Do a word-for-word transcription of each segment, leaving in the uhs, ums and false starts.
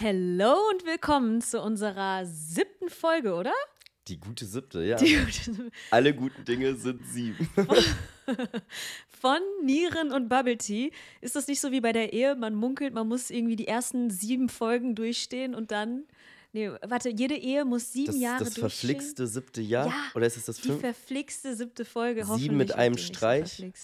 Hello und willkommen zu unserer siebten Folge, oder? Die gute siebte, ja. Die gute... Alle guten Dinge sind sieben. Von Nieren und Bubble Tea. Ist das nicht so wie bei der Ehe? Man munkelt, man muss irgendwie die ersten sieben Folgen durchstehen und dann... Nee, warte, jede Ehe muss sieben das, Jahre das durchstehen. Das verflixte siebte Jahr? Ja, oder ist es das fünfte? Die verflixte siebte Folge. Sieben mit einem Streich? So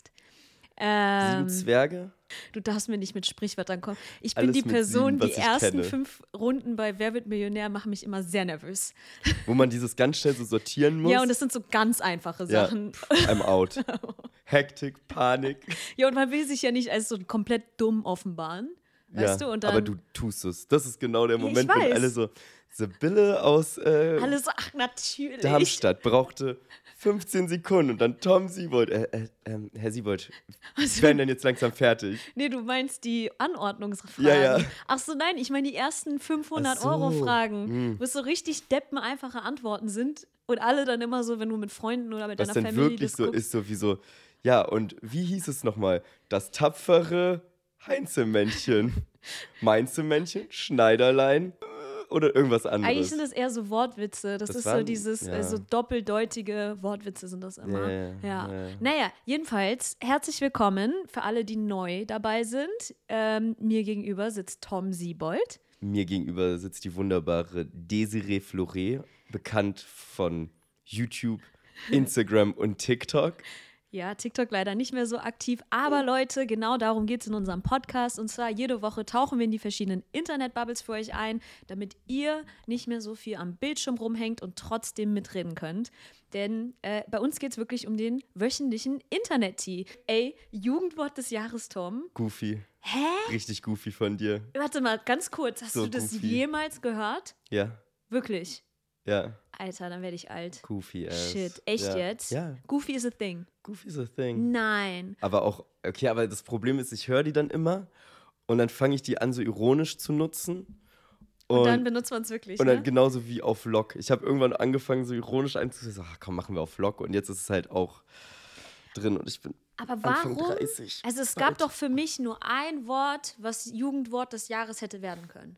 ähm, Sieben Zwerge? Du darfst mir nicht mit Sprichwörtern kommen. Ich bin Alles die mit Person, sieben, was die ich ersten kenne. fünf Runden bei Wer wird Millionär machen mich immer sehr nervös. Wo man dieses ganz schnell so sortieren muss. Ja, und das sind so ganz einfache Sachen. Ja, I'm out. Hektik, Panik. Ja, und man will sich ja nicht als so komplett dumm offenbaren. Weißt ja, du? Und dann, aber du tust es. Das ist genau der Ja, Moment, ich wenn weiß. alle so, Sibylle aus äh, Alles, ach, natürlich. Darmstadt brauchte fünfzehn Sekunden und dann Tom Siebold. Äh, äh, äh, Herr Siebold, wir werden denn jetzt langsam fertig. Nee, du meinst die Anordnungsfragen. Ja, ja. Ach so, nein, ich meine die ersten fünfhundert Ach so. Euro Fragen, Hm. wo es so richtig deppeneinfache Antworten sind und alle dann immer so, wenn du mit Freunden oder mit Was deiner dann Familie wirklich das so guckst. ist, so wie so, ja, und wie hieß es nochmal? Das tapfere Heinzelmännchen. Mainzelmännchen, Schneiderlein äh, oder irgendwas anderes. Eigentlich sind das eher so Wortwitze. Das, Das ist so waren- dieses, ja. äh, so doppeldeutige Wortwitze sind das immer. Ja, Ja. ja, ja. Naja, jedenfalls herzlich willkommen für alle, die neu dabei sind. Ähm, mir gegenüber sitzt Tom Siebold. Mir gegenüber sitzt die wunderbare Desiree Fleuret, bekannt von YouTube, Instagram und TikTok. Ja, TikTok leider nicht mehr so aktiv. Aber Leute, genau darum geht es in unserem Podcast. Und zwar jede Woche tauchen wir in die verschiedenen Internet-Bubbles für euch ein, damit ihr nicht mehr so viel am Bildschirm rumhängt und trotzdem mitreden könnt. Denn äh, bei uns geht es wirklich um den wöchentlichen Internet-Tea. Ey, Jugendwort des Jahres, Tom. Goofy. Hä? Richtig goofy von dir. Warte mal, ganz kurz. Hast So du das goofy. jemals gehört? Ja, Wirklich? ja. Alter, dann werde ich alt. Goofy ass. Shit, echt ja. jetzt? Ja, Goofy is a thing. Goofy is a thing. Nein. Aber auch, okay, aber das Problem ist, ich höre die dann immer und dann fange ich die an, so ironisch zu nutzen. Und, dann benutzt man es wirklich, Und dann ne? genauso wie auf Lock. Ich habe irgendwann angefangen, so ironisch einzusetzen, so, ach komm, machen wir auf Lock. Und jetzt ist es halt auch drin und ich bin Aber Anfang warum? dreißig. Also es gab doch für mich nur ein Wort, was Jugendwort des Jahres hätte werden können.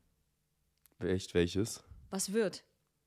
Echt, welches? Was wird?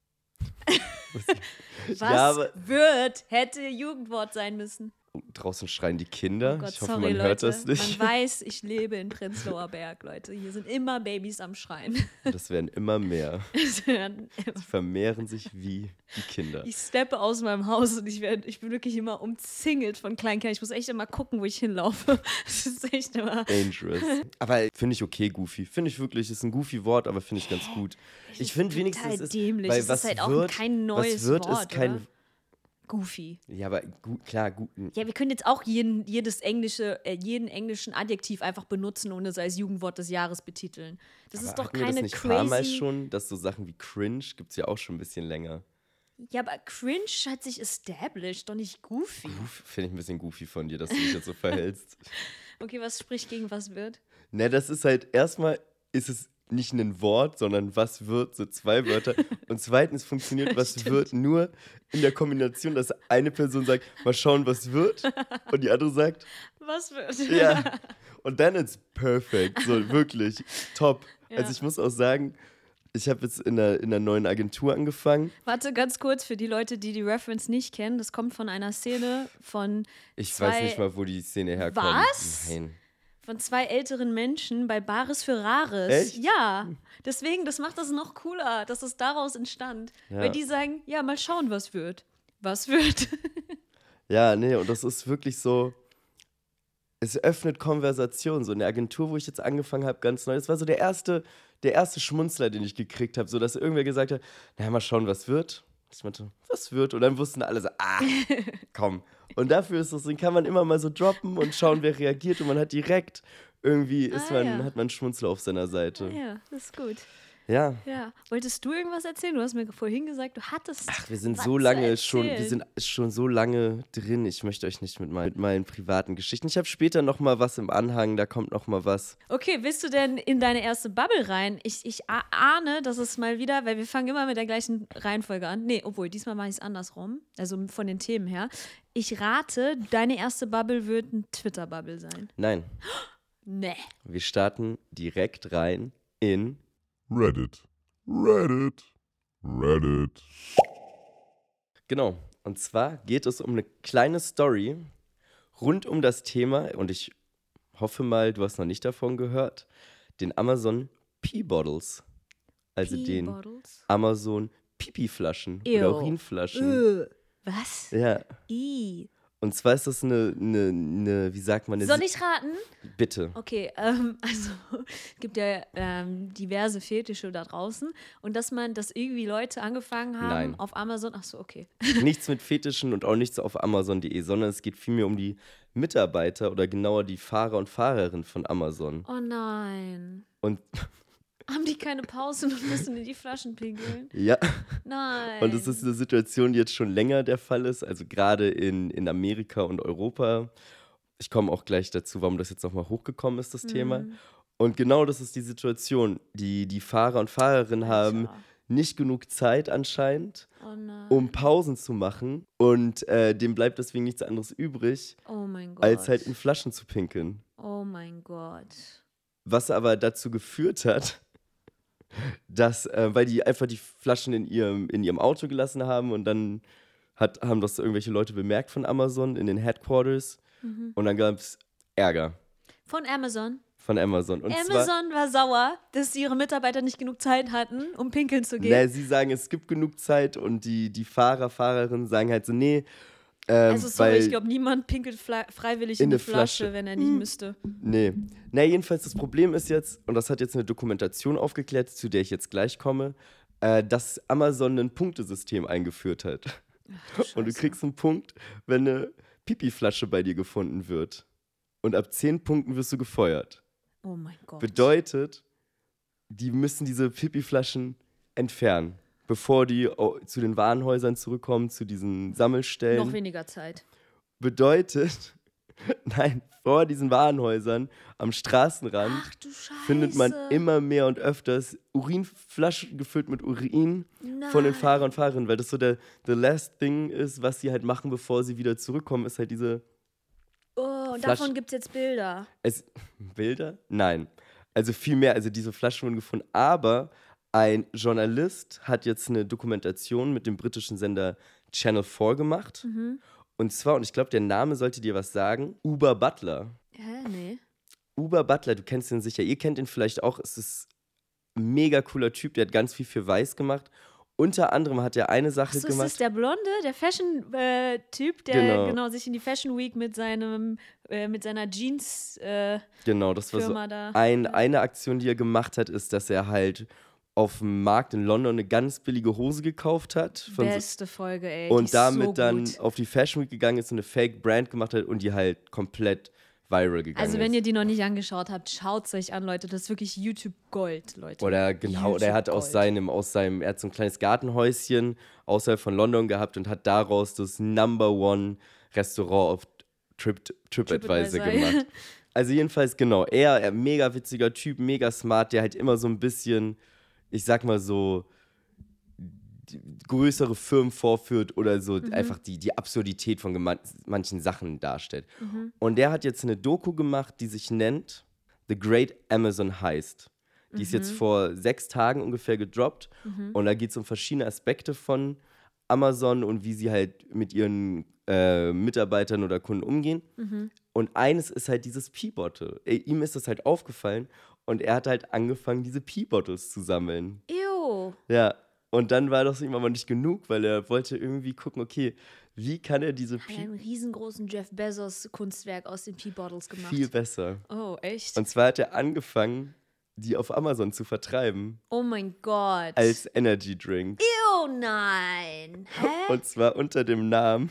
Was? Was Ja, aber wird hätte Jugendwort sein müssen. draußen schreien die Kinder. Oh Gott, ich hoffe, sorry, man Leute. hört das nicht. Man weiß, ich lebe in Prenzlauer Berg, Leute. Hier sind immer Babys am Schreien. Das werden immer mehr. Es werden immer- Sie vermehren sich wie die Kinder. Ich steppe aus meinem Haus und ich, werd, ich bin wirklich immer umzingelt von Kleinkindern. Ich muss echt immer gucken, wo ich hinlaufe. Das ist echt immer... Dangerous. Aber finde ich okay, Goofy. Finde ich wirklich, ist ein Goofy-Wort, aber finde ich ganz gut. Ich finde wenigstens, total ist, dämlich. weil Es ist was halt auch wird, kein neues was wird, Wort, ist kein, oder? Goofy. ja, aber gut, klar, gut. Ja, wir können jetzt auch jeden, jedes englische, äh, jeden englischen Adjektiv einfach benutzen, ohne es als Jugendwort des Jahres betiteln. Das aber ist doch hatten wir keine das nicht damals crazy... schon, dass so Sachen wie Cringe gibt es ja auch schon ein bisschen länger. Ja, aber cringe hat sich established, doch nicht goofy. Goof, finde ich ein bisschen goofy von dir, dass du dich jetzt so verhältst. Okay, was spricht gegen was wird? Ne, das ist halt, erstmal ist es nicht ein Wort, sondern was wird, so zwei Wörter. Und zweitens funktioniert was Stimmt. wird nur in der Kombination, dass eine Person sagt, mal schauen, was wird. Und die andere sagt, Was wird? ja. Und dann ist perfekt, so wirklich top. Ja. Also ich muss auch sagen, ich habe jetzt in einer, in einer neuen Agentur angefangen. Warte, ganz kurz für die Leute, die die Reference nicht kennen. Das kommt von einer Szene von, Ich Zwei- weiß nicht mal, wo die Szene herkommt. Was? Nein. von zwei älteren Menschen bei Bares für Rares. Echt? Ja, deswegen, das macht das noch cooler, dass es daraus entstand. Ja. Weil die sagen, ja, mal schauen, was wird. Was wird? Ja, nee, und das ist wirklich so, es öffnet Konversation. So in der Agentur, wo ich jetzt angefangen habe, ganz neu. Das war so der erste, der erste Schmunzler, den ich gekriegt habe, so dass irgendwer gesagt hat, naja, mal schauen, was wird. Ich meinte, was wird? Und dann wussten alle so, ah, komm. Und dafür ist es, den kann man immer mal so droppen und schauen, wer reagiert. Und man hat direkt irgendwie, ist Ah, man, ja. hat man einen Schmunzler auf seiner Seite. Ja, das ist gut. Ja. Ja. Wolltest du irgendwas erzählen? Du hast mir vorhin gesagt, du hattest. Ach, wir sind was so zu lange schon, wir erzählen. sind schon so lange drin. Ich möchte euch nicht mit, mein, mit meinen privaten Geschichten. Ich habe später noch mal was im Anhang, da kommt noch mal was. Okay, willst du denn in deine erste Bubble rein? Ich, ich a- ahne, dass es mal wieder, weil wir fangen immer mit der gleichen Reihenfolge an. Nee, obwohl, diesmal mache ich es andersrum. Also von den Themen her. Ich rate, deine erste Bubble wird ein Twitter-Bubble sein. Nein, Nee. wir starten direkt rein in Reddit. Reddit. Reddit. Genau. Und zwar geht es um eine kleine Story rund um das Thema, und ich hoffe mal, du hast noch nicht davon gehört, den Amazon Pee-Bottles. Also den Pee-Bottles? Amazon Pipi-Flaschen Ew. oder Urinflaschen. Äh, Was? Ja. I. Und zwar ist das eine, eine, eine wie sagt man, eine Soll ich raten? Bitte. Okay, ähm, also es gibt ja ähm, diverse Fetische da draußen und dass man, dass irgendwie Leute angefangen haben Nein. auf Amazon, ach so, okay. Nichts mit Fetischen und auch nichts auf Amazon punkt de, sondern es geht vielmehr um die Mitarbeiter oder genauer die Fahrer und Fahrerinnen von Amazon. Oh nein. Und Haben die keine Pausen und müssen in die Flaschen pinkeln? ja, Nein. und es ist eine Situation, die jetzt schon länger der Fall ist, also gerade in, in Amerika und Europa. Ich komme auch gleich dazu, warum das jetzt nochmal hochgekommen ist, das Thema. Und genau das ist die Situation. Die, die Fahrer und Fahrerinnen haben Alter. nicht genug Zeit anscheinend, Oh nein. um Pausen zu machen. Und äh, dem bleibt deswegen nichts anderes übrig, Oh mein Gott. als halt in Flaschen zu pinkeln. Oh mein Gott. Was aber dazu geführt hat, dass, äh, weil die einfach die Flaschen in ihrem, in ihrem Auto gelassen haben und dann hat, haben das irgendwelche Leute bemerkt von Amazon in den Headquarters und dann gab es Ärger Von Amazon. von Amazon. Und zwar, Amazon war sauer, dass ihre Mitarbeiter nicht genug Zeit hatten, um pinkeln zu gehen. ne, sie sagen, es gibt genug Zeit und die, die Fahrer, Fahrerinnen sagen halt so, nee, ähm, also sorry, weil, ich glaube, niemand pinkelt fla- freiwillig in in eine eine Flasche, Flasche. wenn er nicht müsste. nee. Na, jedenfalls das Problem ist jetzt, und das hat jetzt eine Dokumentation aufgeklärt, zu der ich jetzt gleich komme, äh, dass Amazon ein Punktesystem eingeführt hat. Ach, du Und du Scheiße. kriegst einen Punkt, wenn eine Pipi-Flasche bei dir gefunden wird. Und ab zehn Punkten wirst du gefeuert. Oh mein Gott. Bedeutet, die müssen diese Pipi-Flaschen entfernen, bevor die au- zu den Warenhäusern zurückkommen, zu diesen Sammelstellen. Noch weniger Zeit. Bedeutet, nein, vor diesen Warenhäusern am Straßenrand Ach du Scheiße. findet man immer mehr und öfters Urinflaschen gefüllt mit Urin von den Nein. Fahrern und Fahrerinnen, weil das so der the last thing ist, was sie halt machen, bevor sie wieder zurückkommen, ist halt diese Oh, und Flasch- davon gibt es jetzt Bilder. es, Bilder? Nein. Also viel mehr, also diese Flaschen wurden gefunden, aber ein Journalist hat jetzt eine Dokumentation mit dem britischen Sender Channel vier gemacht. Mhm. Und zwar, und ich glaube, der Name sollte dir was sagen, Uber Butler. Hä, nee. Uber Butler, du kennst ihn sicher, ihr kennt ihn vielleicht auch, es ist ein mega cooler Typ, der hat ganz viel für Weiß gemacht. Unter anderem hat er eine Sache Achso, ist gemacht. das der Blonde, der Fashion-Typ, der Genau. genau. sich in die Fashion Week mit seinem, äh, mit seiner Jeans-Firma Genau, das war so da. ein, eine Aktion, die er gemacht hat, ist, dass er halt auf dem Markt in London eine ganz billige Hose gekauft hat. Von so, Beste Folge, ey. die und ist damit so dann gut. auf die Fashion Week gegangen ist und eine Fake-Brand gemacht hat und die halt komplett viral gegangen Also, wenn ist. ihr die noch nicht angeschaut habt, schaut es euch an, Leute. Das ist wirklich YouTube-Gold, Leute. Oder genau, oder er hat aus YouTube-Gold. seinem, aus seinem, er hat so ein kleines Gartenhäuschen außerhalb von London gehabt und hat daraus das Number One Restaurant auf Trip, TripAdvisor TripAdvisor, gemacht. Also jedenfalls, genau, er, er mega witziger Typ, mega smart, der halt immer so ein bisschen, ich sag mal so, die größere Firmen vorführt oder so einfach die, die Absurdität von gema- manchen Sachen darstellt. Und der hat jetzt eine Doku gemacht, die sich nennt The Great Amazon Heist. Die ist jetzt vor sechs Tagen ungefähr gedroppt. Und da geht es um verschiedene Aspekte von Amazon und wie sie halt mit ihren äh, Mitarbeitern oder Kunden umgehen. Und eines ist halt dieses Pee-Bottle. Ey, ihm ist das halt aufgefallen und er hat halt angefangen, diese Pee-Bottles zu sammeln. Ew. Ja, und dann war das ihm aber nicht genug, weil er wollte irgendwie gucken, okay, wie kann er diese Hat Pee einen riesengroßen Jeff Bezos Kunstwerk aus den Pee-Bottles gemacht. viel besser. Oh, echt? Und zwar hat er angefangen, die auf Amazon zu vertreiben oh mein Gott. als Energy Drink. Ew, nein. Hä? Und zwar unter dem Namen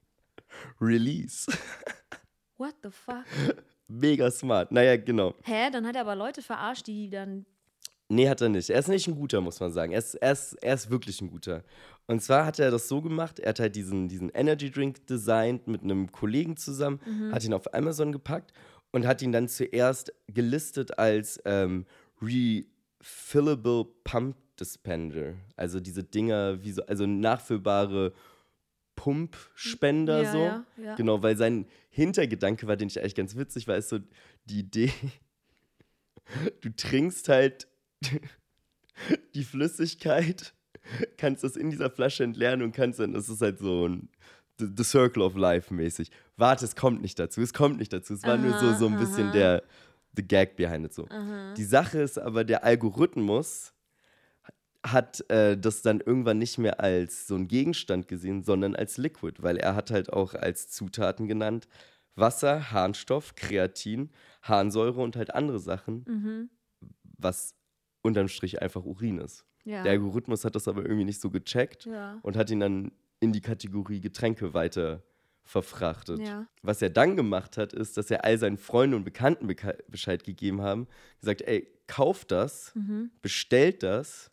Release. What the fuck? Mega smart. Naja, genau. Hä? Dann hat er aber Leute verarscht, die dann. Nee, hat er nicht. Er ist nicht ein guter, muss man sagen. Er ist, er ist, er ist wirklich ein guter. Und zwar hat er das so gemacht, er hat halt diesen, diesen Energy Drink designt mit einem Kollegen zusammen, hat ihn auf Amazon gepackt und hat ihn dann zuerst gelistet als ähm, Refillable Pump Dispenser. Also diese Dinger, wie so, also nachfüllbare Pumpspender Ja, so. ja, ja. Genau, weil sein Hintergedanke war, den ich eigentlich ganz witzig war, ist so die Idee, du trinkst halt die Flüssigkeit, kannst das in dieser Flasche entleeren und kannst dann, das ist halt so ein The, the Circle of Life mäßig. Warte, es kommt nicht dazu, es kommt nicht dazu. Es war Aha, nur so, so ein bisschen aha. der the gag behind it so. Aha. Die Sache ist aber, der Algorithmus hat äh, das dann irgendwann nicht mehr als so ein Gegenstand gesehen, sondern als Liquid, weil er hat halt auch als Zutaten genannt Wasser, Harnstoff, Kreatin, Harnsäure und halt andere Sachen, Mhm. was unterm Strich einfach Urin ist. Ja. Der Algorithmus hat das aber irgendwie nicht so gecheckt ja. und hat ihn dann in die Kategorie Getränke weiter verfrachtet. Ja. Was er dann gemacht hat, ist, dass er all seinen Freunden und Bekannten beka- Bescheid gegeben haben, gesagt, ey, kauft das, Mhm. bestellt das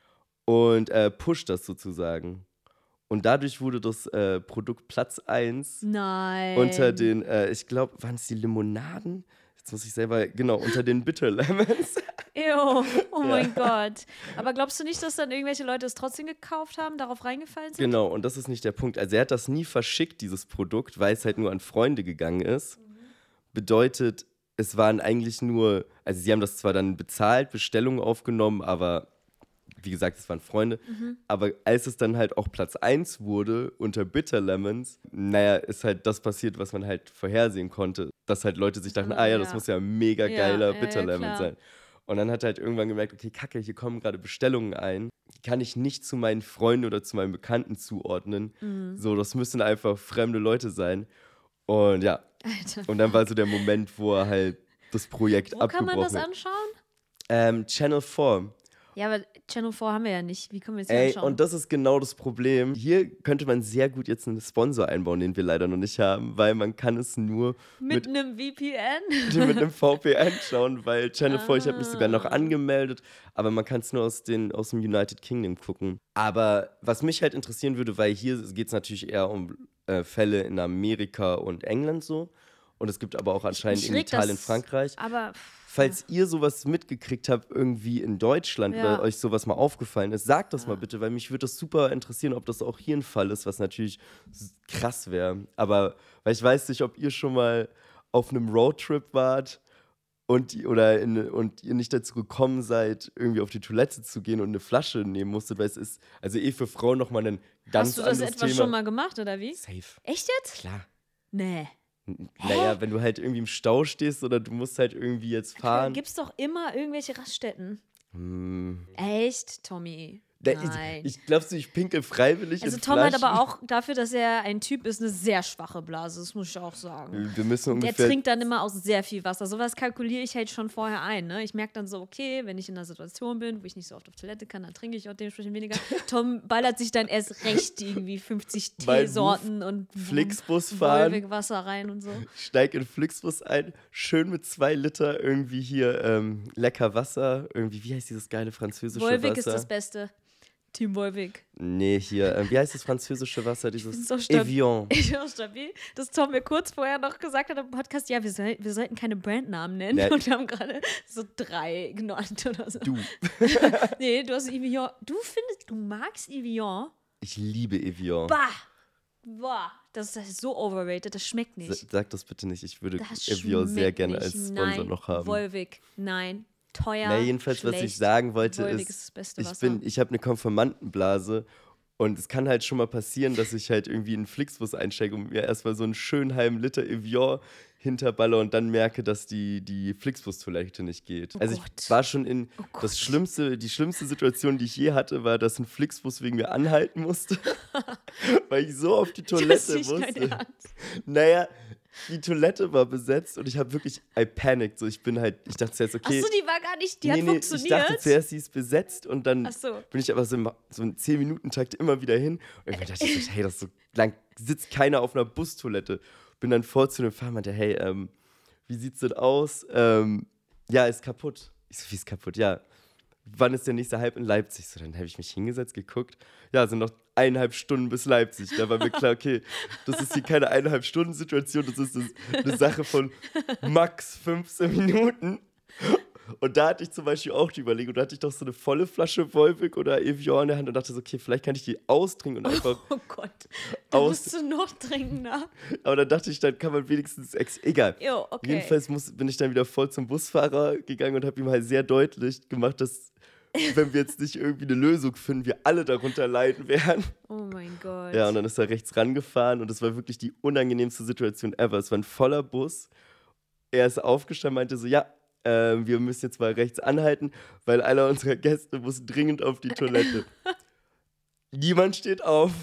und äh, pusht das sozusagen. Und dadurch wurde das äh, Produkt Platz eins Nein. unter den, äh, ich glaube, waren es die Limonaden? Jetzt muss ich selber, genau, unter den Bitter Lemons. Ew. Oh mein Gott. Aber glaubst du nicht, dass dann irgendwelche Leute es trotzdem gekauft haben, darauf reingefallen sind? Genau, und das ist nicht der Punkt. Also er hat das nie verschickt, dieses Produkt, weil es halt nur an Freunde gegangen ist. Mhm. Bedeutet, es waren eigentlich nur, also sie haben das zwar dann bezahlt, Bestellungen aufgenommen, aber wie gesagt, es waren Freunde. Mhm. Aber als es dann halt auch Platz eins wurde unter Bitter Lemons, naja, ist halt das passiert, was man halt vorhersehen konnte. Dass halt Leute sich dachten, Ja, ah ja, das ja. muss ja ein mega Ja, geiler ja, Bitter ja, Lemon klar. sein. Und dann hat er halt irgendwann gemerkt, okay, kacke, hier kommen gerade Bestellungen ein. Die kann ich nicht zu meinen Freunden oder zu meinen Bekannten zuordnen. Mhm. So, das müssen einfach fremde Leute sein. Und ja, Alter. und dann war so der Moment, wo er halt das Projekt Wo kann man das abgebrochen hat. anschauen? Ähm, Channel vier. Ja, aber Channel vier haben wir ja nicht. Wie können wir es hier Ey, anschauen? und das ist genau das Problem. Hier könnte man sehr gut jetzt einen Sponsor einbauen, den wir leider noch nicht haben, weil man kann es nur mit mit, einem V P N? mit einem V P N schauen, weil Channel vier, ich habe mich sogar noch Ah. angemeldet, aber man kann es nur aus, den, aus dem United Kingdom gucken. Aber was mich halt interessieren würde, weil hier geht es natürlich eher um äh, Fälle in Amerika und England so. Und es gibt aber auch anscheinend Mich in regt Italien, das- Frankreich. Aber Falls ihr sowas mitgekriegt habt, irgendwie in Deutschland Ja. oder euch sowas mal aufgefallen ist, sagt das Ja. mal bitte, weil mich würde das super interessieren, ob das auch hier ein Fall ist, was natürlich s- krass wäre. Aber weil ich weiß nicht, ob ihr schon mal auf einem Roadtrip wart und, die- oder in, und ihr nicht dazu gekommen seid, irgendwie auf die Toilette zu gehen und eine Flasche nehmen musstet, weil es ist also eh für Frauen nochmal ein ganz hast du das anderes etwa Thema. schon mal gemacht, oder wie? Safe, Echt jetzt? klar. Nee. N- Naja, wenn du halt irgendwie im Stau stehst oder du musst halt irgendwie jetzt Da fahren. gibt's doch immer irgendwelche Raststätten. Hm. Echt, Tommy? Da- Nein. Ich, ich glaubst du, ich pinkel freiwillig Also in Tom hat Flaschen? aber auch dafür, dass er ein Typ ist, eine sehr schwache Blase, das muss ich auch sagen. Wir müssen Der ungefähr... trinkt dann immer auch sehr viel Wasser. Sowas kalkuliere ich halt schon vorher ein. Ne? Ich merke dann so, okay, wenn ich in einer Situation bin, wo ich nicht so oft auf Toilette kann, dann trinke ich auch dementsprechend weniger. Tom ballert sich dann erst recht irgendwie fünfzig Bei Teesorten und Flixbus fahren. Wolwig-Wasser rein und so. Steig in Flixbus ein, schön mit zwei Liter irgendwie hier ähm, lecker Wasser. Irgendwie, wie heißt dieses geile französische Wolwig Wasser? ist das Beste. Team Wolwig. Nee, hier, ähm, wie heißt das französische Wasser? Dieses so stabil. Evian. Ich war stabil, dass Tom mir kurz vorher noch gesagt hat im Podcast, ja, wir, soll, wir sollten keine Brandnamen nennen. Ja. Und wir haben gerade so drei genannt oder so. Du. Nee, du hast Evian. Du findest, du magst Evian? Ich liebe Evian. Bah! Boah, das ist so overrated, das schmeckt Sa- nicht. Sag das bitte nicht, ich würde Das Evian sehr schmeckt gerne nicht. als Sponsor Nein, noch haben. Wolwig, nein. Teuer, Na, jedenfalls, schlecht. was ich sagen wollte, Wolwig ist, ist das beste ich Wasser. bin, ich habe eine Konfirmandenblase und es kann halt schon mal passieren, dass ich halt irgendwie in einen Flixbus einsteige und mir erstmal so einen schönen halben Liter Evian hinterballer und dann merke, dass die, die Flixbus-Toilette nicht geht. Oh also Gott. ich war schon in, Oh Gott. das schlimmste, die schlimmste Situation, die ich je hatte, war, dass ein Flixbus wegen mir anhalten musste, weil ich so auf die Das Toilette ist nicht dein musste. Ernst. Naja, die Toilette war besetzt und ich habe wirklich, I panicked, so ich bin halt, ich dachte zuerst, okay, Achso, die war gar nicht, die nee, hat nee, funktioniert. ich dachte zuerst, sie ist besetzt und dann Ach so. bin ich aber so im, so im zehn Minuten Takt immer wieder hin. Und ich dachte ich so, hey, das ist so lang, sitzt keiner auf einer Bustoilette. Bin dann vor zu dem Fahrer, meinte, hey, ähm, wie sieht's denn aus? Ähm, ja, ist kaputt. Ich so, wie ist kaputt? Ja. Wann ist der nächste Hype in Leipzig? So, dann habe ich mich hingesetzt, geguckt. Ja, sind noch eineinhalb Stunden bis Leipzig. Da war mir klar, okay, das ist hier keine eineinhalb Stunden Situation, das ist das, eine Sache von max fünfzehn Minuten. Und da hatte ich zum Beispiel auch die Überlegung, da hatte ich doch so eine volle Flasche Wolwig oder Evian in der Hand und dachte so, okay, vielleicht kann ich die austrinken und einfach, Oh Gott, da Aus- musst du noch trinken, ne? aber dann dachte ich, dann kann man wenigstens, ex egal. Jo, okay. Jedenfalls muss, bin ich dann wieder voll zum Busfahrer gegangen und habe ihm halt sehr deutlich gemacht, dass wenn wir jetzt nicht irgendwie eine Lösung finden, wir alle darunter leiden werden. Oh mein Gott. Ja, und dann ist er rechts rangefahren und das war wirklich die unangenehmste Situation ever. Es war ein voller Bus. Er ist aufgestanden, meinte so, ja, äh, wir müssen jetzt mal rechts anhalten, weil einer unserer Gäste muss dringend auf die Toilette. Niemand steht auf,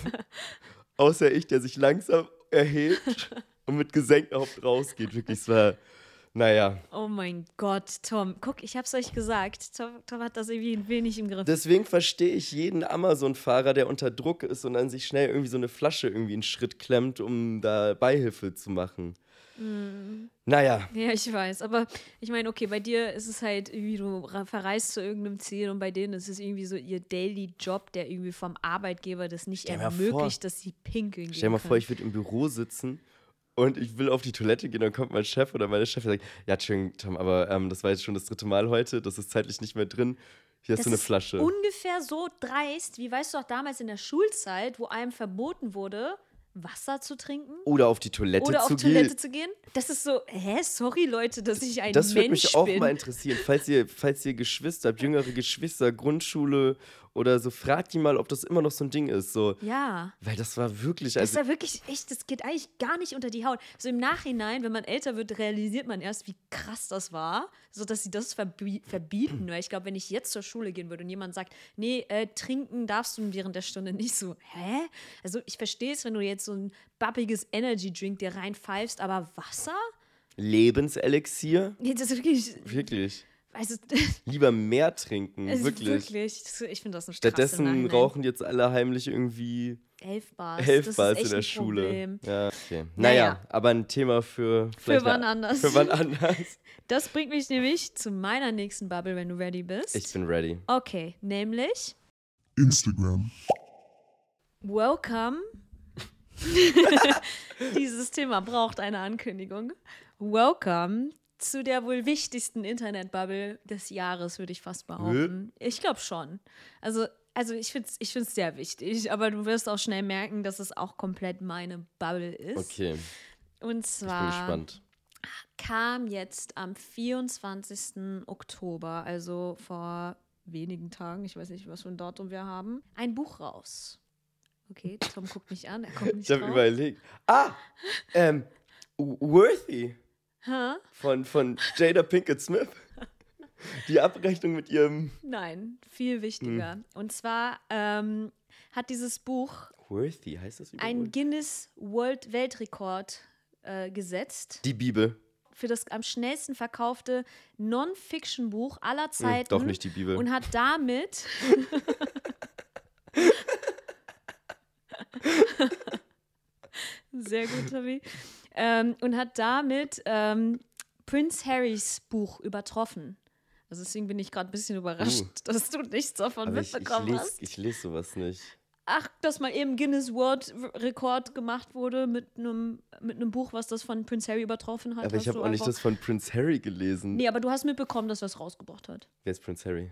außer ich, der sich langsam erhebt und mit gesenktem Haupt rausgeht. Wirklich, es war, naja. Oh mein Gott, Tom. Guck, ich hab's euch gesagt. Tom, Tom hat das irgendwie ein wenig im Griff. Deswegen verstehe ich jeden Amazon-Fahrer, der unter Druck ist und dann sich schnell irgendwie so eine Flasche irgendwie in den Schritt klemmt, um da Beihilfe zu machen. Mm. Naja. Ja, ich weiß. Aber ich meine, okay, bei dir ist es halt irgendwie, du ra- verreist zu irgendeinem Ziel und bei denen ist es irgendwie so ihr Daily Job, der irgendwie vom Arbeitgeber das nicht Stell mal vor. ermöglicht, dass sie pinkeln gehen Stell dir mal können. vor, ich würde im Büro sitzen und ich will auf die Toilette gehen, dann kommt mein Chef oder meine Chefin und sagt, ja, Entschuldigung, Tom, aber ähm, das war jetzt schon das dritte Mal heute, das ist zeitlich nicht mehr drin. Hier hast Das du eine ist Flasche. ungefähr so dreist, wie weißt du auch damals in der Schulzeit, wo einem verboten wurde, Wasser zu trinken Oder auf die Toilette oder zu auf Toilette gehen. zu gehen. Das ist so, hä, sorry Leute, dass ich ein Das würde Mensch mich auch bin. mal interessieren, falls ihr, falls ihr Geschwister habt, jüngere Geschwister, Grundschule oder so, fragt die mal, ob das immer noch so ein Ding ist. So. Ja. Weil das war wirklich, Das also ist ja wirklich echt, das geht eigentlich gar nicht unter die Haut. So im Nachhinein, wenn man älter wird, realisiert man erst, wie krass das war, sodass sie das verbi verbieten. Weil ich glaube, wenn ich jetzt zur Schule gehen würde und jemand sagt, nee, äh, trinken darfst du während der Stunde nicht, so, hä? Also ich verstehe es, wenn du jetzt so ein babbiges Energy-Drink dir reinpfeifst, aber Wasser? Lebenselixier, Nee, das ist wirklich, wirklich. also, Lieber mehr trinken, also wirklich. wirklich, das- ich finde das ein Stattdessen rauchen jetzt alle heimlich irgendwie elf Bars. elf das Bars ist echt in der ein Schule. Problem. Ja, okay. Naja. Naja, aber ein Thema für vielleicht wann eine- anders. Für wann anders. Das bringt mich nämlich zu meiner nächsten Bubble, wenn du ready bist. Ich bin ready. Okay, nämlich Instagram. Welcome. Dieses Thema braucht eine Ankündigung. Welcome zu der wohl wichtigsten Internetbubble des Jahres, würde ich fast behaupten. Ich glaube schon. Also, also ich finde es ich find's sehr wichtig, aber du wirst auch schnell merken, dass es auch komplett meine Bubble ist. Okay, Und ich bin zwar gespannt. kam jetzt am vierundzwanzigsten Oktober, also vor wenigen Tagen, ich weiß nicht, was für ein Datum wir haben, ein Buch raus. Okay, Tom guckt mich an, er kommt nicht Ich habe drauf. überlegt. Ah, ähm, Worthy Hä? von, von Jada Pinkett Smith. Die Abrechnung mit ihrem Nein, viel wichtiger. Hm. Und zwar ähm, hat dieses Buch Worthy, heißt das einen überhaupt? Guinness World Weltrekord äh, gesetzt Die Bibel. für das am schnellsten verkaufte Non-Fiction-Buch aller Hm, Zeiten. doch nicht die Bibel. Und hat damit sehr gut, Tobi. Ähm, und hat damit ähm, Prince Harrys Buch übertroffen. Also deswegen bin ich gerade ein bisschen überrascht, Uh. dass du nichts davon Aber ich, ich mitbekommen lese hast. ich les sowas nicht. Ach, dass mal eben Guinness World Rekord gemacht wurde mit einem mit einem Buch, was das von Prince Harry übertroffen hat. Aber hast ich habe du auch nicht einfach- das von Prince Harry gelesen. Nee, aber du hast mitbekommen, dass er es rausgebracht hat. Wer ist Prince Harry?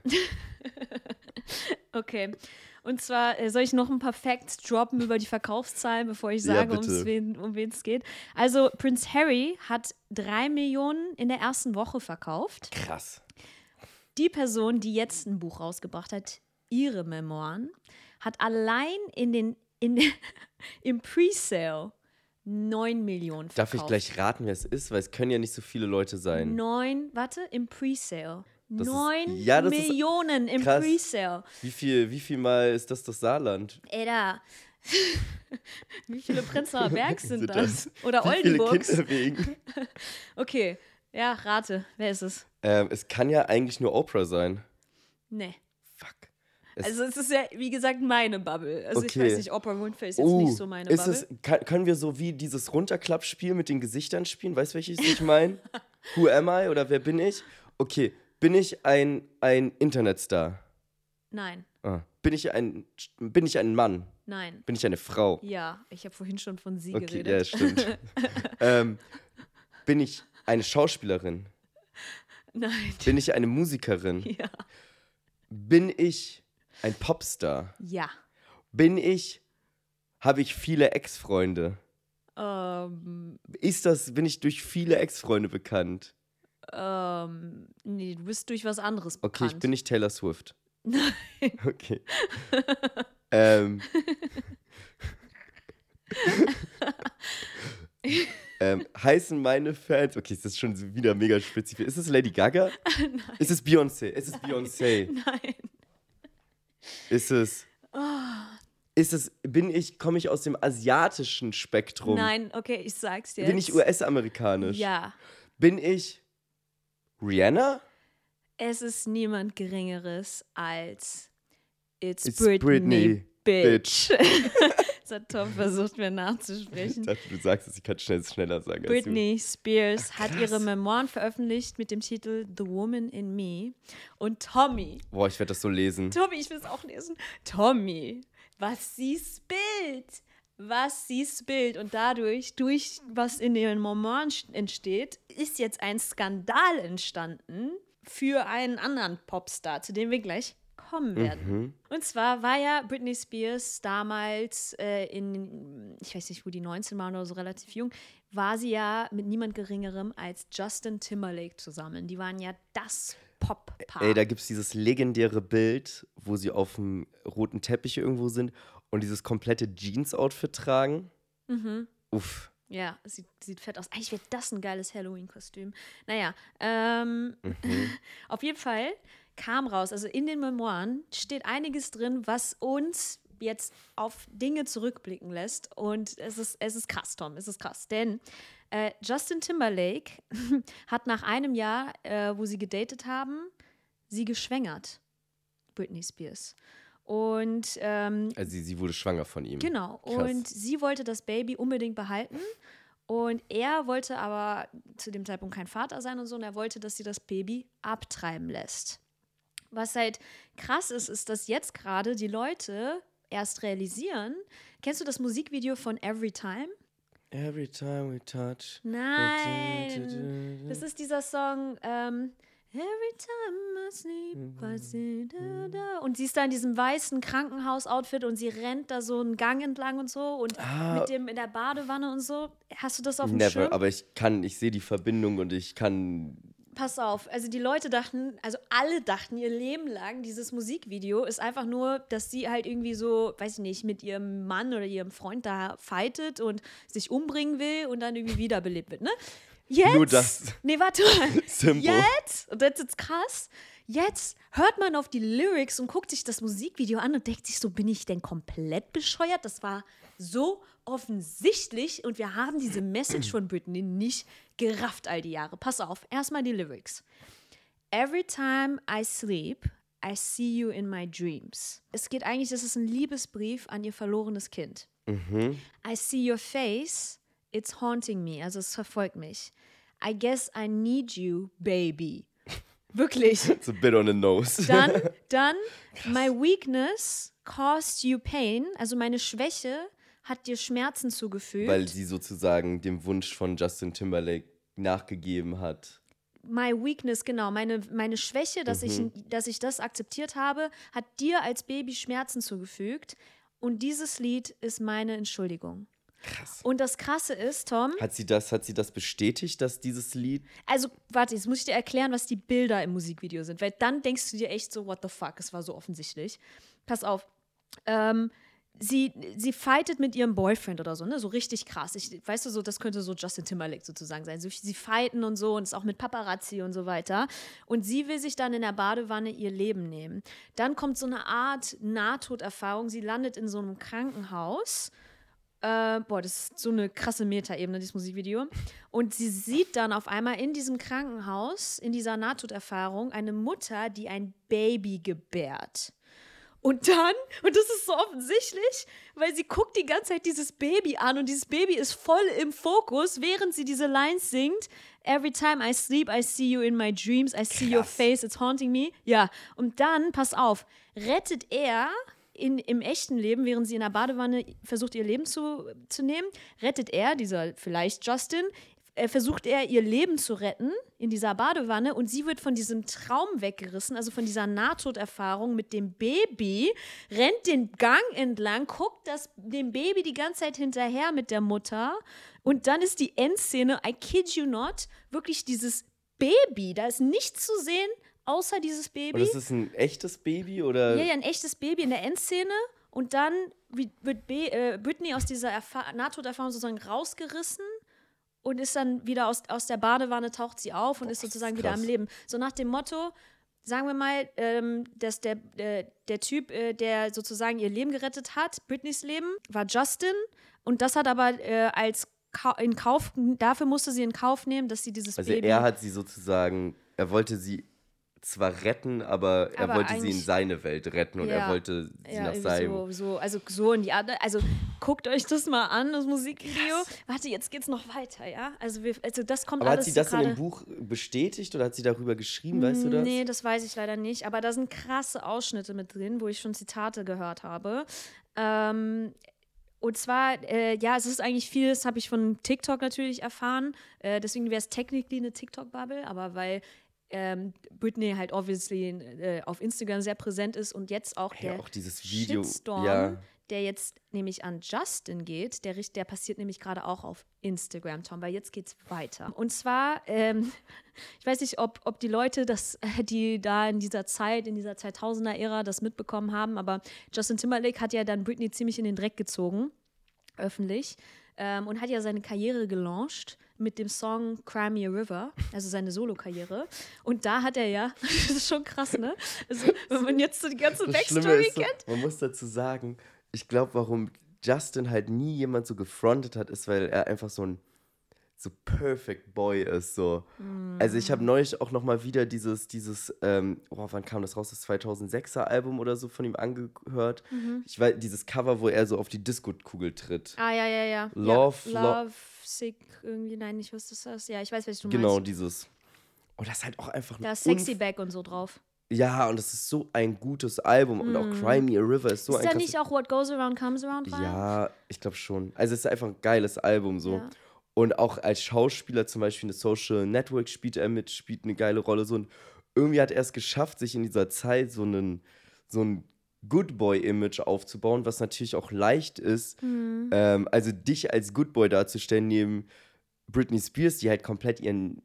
Okay. Und zwar äh, soll ich noch ein paar Facts droppen über die Verkaufszahlen, bevor ich Ja, sage, bitte. ums wen, um wen es geht. Also Prince Harry hat drei Millionen in der ersten Woche verkauft. Krass. Die Person, die jetzt ein Buch rausgebracht hat, ihre Memoiren, hat allein in den, in den, im Pre-Sale neun Millionen verkauft. Darf ich gleich raten, wer es ist? Weil es können ja nicht so viele Leute sein. Neun, warte, im Pre-Sale. Das ist- Neun ja, das ist Millionen im krass. Pre-Sale. Wie viel, wie viel Mal ist das das Saarland? Ey, da. Wie viele Prenzlauer Berg sind, Sind das? das? Oder Wie viele Oldenburgs? Kinderwegen? Okay, ja, rate. Wer ist es? ähm, es kann ja eigentlich nur Oprah sein. Nee. Fuck. Es, Also es ist ja, wie gesagt, meine Bubble. Also ich Okay. weiß nicht, Oprah Winfrey ist jetzt uh, nicht so meine ist Bubble. es, kann, können wir so wie dieses Runterklappspiel mit den Gesichtern spielen? Weißt du, welches ich meine? Who am I oder wer bin ich? Okay, bin ich ein, ein Internetstar? Nein, Ah. Bin, ich ein, bin ich ein Mann? nein. Bin ich eine Frau? Ja, ich habe vorhin schon von sie Okay, ja, geredet. stimmt. ähm, bin ich eine Schauspielerin? Nein. Bin ich eine Musikerin? Ja. Bin ich ein Popstar? Ja. Bin ich, habe ich viele Ex-Freunde? Ähm, Ist das, bin ich durch viele Ex-Freunde bekannt? ähm, nee, du bist durch was anderes Okay, bekannt. ich bin nicht Taylor Swift. Nein. Okay. ähm. ähm, heißen meine Fans, okay, ist das schon wieder mega spezifisch. Ist es Lady Gaga? Nein. Ist es Beyoncé? Ist es Beyoncé? Nein. Ist es. Oh. Ist es. Bin ich. Komme ich aus dem asiatischen Spektrum? Nein, okay, ich sag's jetzt. Bin ich U S-amerikanisch? Ja. Bin ich Rihanna? Es ist niemand Geringeres als It's, It's Britney, Britney, Bitch. Das hat Tom versucht, mir nachzusprechen. Ich dachte, du sagst es, ich kann schnell, schneller sagen. als du. Britney Spears Ach, hat krass. ihre Memoiren veröffentlicht mit dem Titel The Woman in Me. Und Tommy, Boah, ich werde das so lesen. Tommy, ich will es auch lesen. Tommy, was sie spillt, was sie spillt. Und dadurch, durch was in ihren Memoiren entsteht, ist jetzt ein Skandal entstanden für einen anderen Popstar, zu dem wir gleich kommen werden. Mhm. Und zwar war ja Britney Spears damals äh, in, ich weiß nicht, wo die neunzehn waren oder so, relativ jung, war sie ja mit niemand Geringerem als Justin Timberlake zusammen. Die waren ja das Pop-Paar. Ey, da gibt es dieses legendäre Bild, wo sie auf dem roten Teppich irgendwo sind und dieses komplette Jeans-Outfit tragen. Mhm. Uff. Ja, sieht, sieht fett aus. Eigentlich wäre das ein geiles Halloween-Kostüm. Naja, ähm, Mhm. auf jeden Fall kam raus, also in den Memoiren steht einiges drin, was uns jetzt auf Dinge zurückblicken lässt. Und es ist, es ist krass, Tom, es ist krass. Denn äh, Justin Timberlake hat nach einem Jahr, äh, wo sie gedatet haben, sie geschwängert, Britney Spears. Und ähm, Also sie, sie wurde schwanger von ihm. genau, Krass. und sie wollte das Baby unbedingt behalten. Und er wollte aber zu dem Zeitpunkt kein Vater sein und so. Und er wollte, dass sie das Baby abtreiben lässt. Was halt krass ist, ist, dass jetzt gerade die Leute erst realisieren. Kennst du das Musikvideo von Every Time? Every time we touch. Nein. Das ist dieser Song ähm, Every time I sleep, I see da, da. Und sie ist da in diesem weißen Krankenhaus-Outfit und sie rennt da so einen Gang entlang und so und Ah. mit dem in der Badewanne und so. Hast du das auf dem Never, Schirm? aber ich kann, ich sehe die Verbindung und ich kann. Pass auf, also die Leute dachten, also alle dachten ihr Leben lang, dieses Musikvideo ist einfach nur, dass sie halt irgendwie so, weiß ich nicht, mit ihrem Mann oder ihrem Freund da fightet und sich umbringen will und dann irgendwie wiederbelebt wird, ne? Jetzt, Nur das. nee, warte mal, Simple. jetzt, und das ist jetzt krass, jetzt hört man auf die Lyrics und guckt sich das Musikvideo an und denkt sich so, bin ich denn komplett bescheuert? Das war so offensichtlich und wir haben diese Message von Britney nicht gerafft all die Jahre. Pass auf, erstmal die Lyrics. Every time I sleep, I see you in my dreams. Es geht eigentlich, das ist ein Liebesbrief an ihr verlorenes Kind. Mhm. I see your face, it's haunting me, also es verfolgt mich. I guess I need you, baby. Wirklich. It's a bit on the nose. Dann, dann, my weakness caused you pain, also meine Schwäche hat dir Schmerzen zugefügt. Weil sie sozusagen dem Wunsch von Justin Timberlake nachgegeben hat. My weakness, genau, meine, meine Schwäche, dass, Mhm. ich, dass ich das akzeptiert habe, hat dir als Baby Schmerzen zugefügt. Und dieses Lied ist meine Entschuldigung. Krass. Und das Krasse ist, Tom, Hat sie das, hat sie das bestätigt, dass dieses Lied. also warte, jetzt muss ich dir erklären, was die Bilder im Musikvideo sind, weil dann denkst du dir echt so, what the fuck, es war so offensichtlich. Pass auf, ähm, sie, sie fightet mit ihrem Boyfriend oder so, ne, so richtig krass. Ich, weißt du, so, das könnte so Justin Timberlake sozusagen sein. So, sie fighten und so und ist auch mit Paparazzi und so weiter. Und sie will sich dann in der Badewanne ihr Leben nehmen. Dann kommt so eine Art Nahtoderfahrung. Sie landet in so einem Krankenhaus. Äh, boah, das ist so eine krasse Metaebene, dieses Musikvideo. Und sie sieht dann auf einmal in diesem Krankenhaus, in dieser Nahtoderfahrung, eine Mutter, die ein Baby gebärt. Und dann, und das ist so offensichtlich, weil sie guckt die ganze Zeit dieses Baby an und dieses Baby ist voll im Fokus, während sie diese Lines singt. Every time I sleep, I see you in my dreams, I see your Krass. face, it's haunting me. Ja, und dann, pass auf, rettet er in, im echten Leben, während sie in der Badewanne versucht, ihr Leben zu, zu nehmen, rettet er, dieser vielleicht Justin, äh, versucht er, ihr Leben zu retten in dieser Badewanne und sie wird von diesem Traum weggerissen, also von dieser Nahtoderfahrung mit dem Baby, rennt den Gang entlang, guckt das, dem Baby die ganze Zeit hinterher mit der Mutter und dann ist die Endszene, I kid you not, wirklich dieses Baby, da ist nichts zu sehen, außer dieses Baby. Und ist es ein echtes Baby oder? Ja, ja, ein echtes Baby in der Endszene. Und dann wird B- äh, Britney aus dieser Erfa- Nahtoderfahrung sozusagen rausgerissen und ist dann wieder aus, aus der Badewanne, taucht sie auf und Boah, ist sozusagen ist wieder krass. am Leben. So nach dem Motto, sagen wir mal, ähm, dass der, äh, der Typ, äh, der sozusagen ihr Leben gerettet hat, Britneys Leben, war Justin. Und das hat aber äh, als Ka- in Kauf, dafür musste sie in Kauf nehmen, dass sie dieses Also Baby... er hat sie sozusagen, er wollte sie zwar retten, aber er Aber wollte sie in eigentlich- seine Welt retten und Ja. er wollte sie Ja, nach irgendwie seinem. so, so, also so in die Art. Also guckt euch das mal an, das Musikvideo. Warte, jetzt geht's noch weiter, ja? Also, wir, also das kommt Aber alles hat sie das so in dem gerade- Buch bestätigt oder hat sie darüber geschrieben, weißt du das? Nee, das weiß ich leider nicht. Aber da sind krasse Ausschnitte mit drin, wo ich schon Zitate gehört habe. Ähm, und zwar, äh, ja, es ist eigentlich viel, das habe ich von TikTok natürlich erfahren. Äh, deswegen wäre es technically eine TikTok-Bubble, aber weil ähm, Britney halt obviously äh, auf Instagram sehr präsent ist und jetzt auch Ja, der auch dieses Video. Shitstorm, Ja. der jetzt nämlich an Justin geht, der, richt- der passiert nämlich gerade auch auf Instagram, Tom, weil jetzt geht's weiter. Und zwar, ähm, ich weiß nicht, ob, ob die Leute, das, äh, die da in dieser Zeit, in dieser zweitausender-Ära das mitbekommen haben, aber Justin Timberlake hat ja dann Britney ziemlich in den Dreck gezogen, öffentlich, ähm, und hat ja seine Karriere gelauncht mit dem Song Cry Me a River, also seine Solo-Karriere. Und da hat er ja, das ist schon krass, ne? Also, wenn man jetzt so die ganze Das Schlimme Backstory ist so, kennt. man muss dazu sagen, ich glaube, warum Justin halt nie jemand so gefrontet hat, ist, weil er einfach so ein so perfect boy ist. So. Also ich habe neulich auch noch mal wieder dieses, dieses ähm, oh, wann kam das raus? Das zweitausendsechser Album oder so von ihm angehört. Ich weiß, dieses Cover, wo er so auf die Disco-Kugel tritt. Ah, ja, ja, ja. Love, ja, Lo- Love, Sick, irgendwie, nein, ich wusste das. Ja, ich weiß, was du Genau, meinst. dieses. Und das ist halt auch einfach Da ein ist Sexy unf- Back und so drauf. Ja, und das ist so ein gutes Album. Und auch Cry Me a River ist so Ist ein da krasses- nicht auch What Goes Around Comes Around rein? Ja, ich glaube schon. Also es ist einfach ein geiles Album so. Ja. Und auch als Schauspieler zum Beispiel eine Social Network spielt er mit, spielt eine geile Rolle. So. Und irgendwie hat er es geschafft, sich in dieser Zeit so, einen, so ein Good Boy-Image aufzubauen, was natürlich auch leicht ist. Mhm. Ähm, also dich als Good Boy darzustellen neben Britney Spears, die halt komplett ihren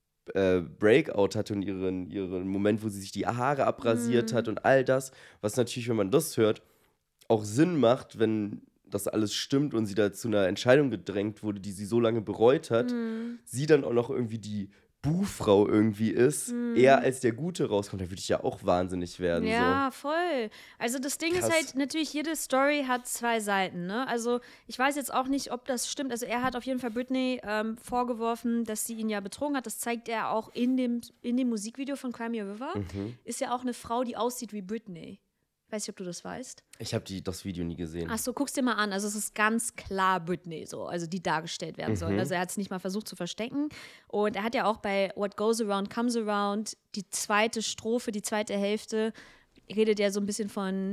äh, Breakout hatte und ihren, ihren Moment, wo sie sich die Haare abrasiert Mhm. hat und all das, was natürlich, wenn man das hört, auch Sinn macht, wenn das alles stimmt und sie da zu einer Entscheidung gedrängt wurde, die sie so lange bereut hat, Mhm. sie dann auch noch irgendwie die Buhfrau irgendwie ist, eher als der Gute rauskommt, da würde ich ja auch wahnsinnig werden. Ja, voll. Also das Ding Krass. ist halt, natürlich, jede Story hat zwei Seiten, ne? Also ich weiß jetzt auch nicht, ob das stimmt. Also er hat auf jeden Fall Britney ähm, vorgeworfen, dass sie ihn ja betrogen hat. Das zeigt er auch in dem, in dem Musikvideo von Cry Me a River. Mhm. Ist ja auch eine Frau, die aussieht wie Britney. Weiß nicht, ob du das weißt. So. Ich habe das Video nie gesehen. Ach so, guck's dir mal an. Also es ist ganz klar Britney so, also die dargestellt werden soll. Mhm. Also er hat es nicht mal versucht zu verstecken. Und er hat ja auch bei What Goes Around Comes Around die zweite Strophe, die zweite Hälfte, redet ja so ein bisschen von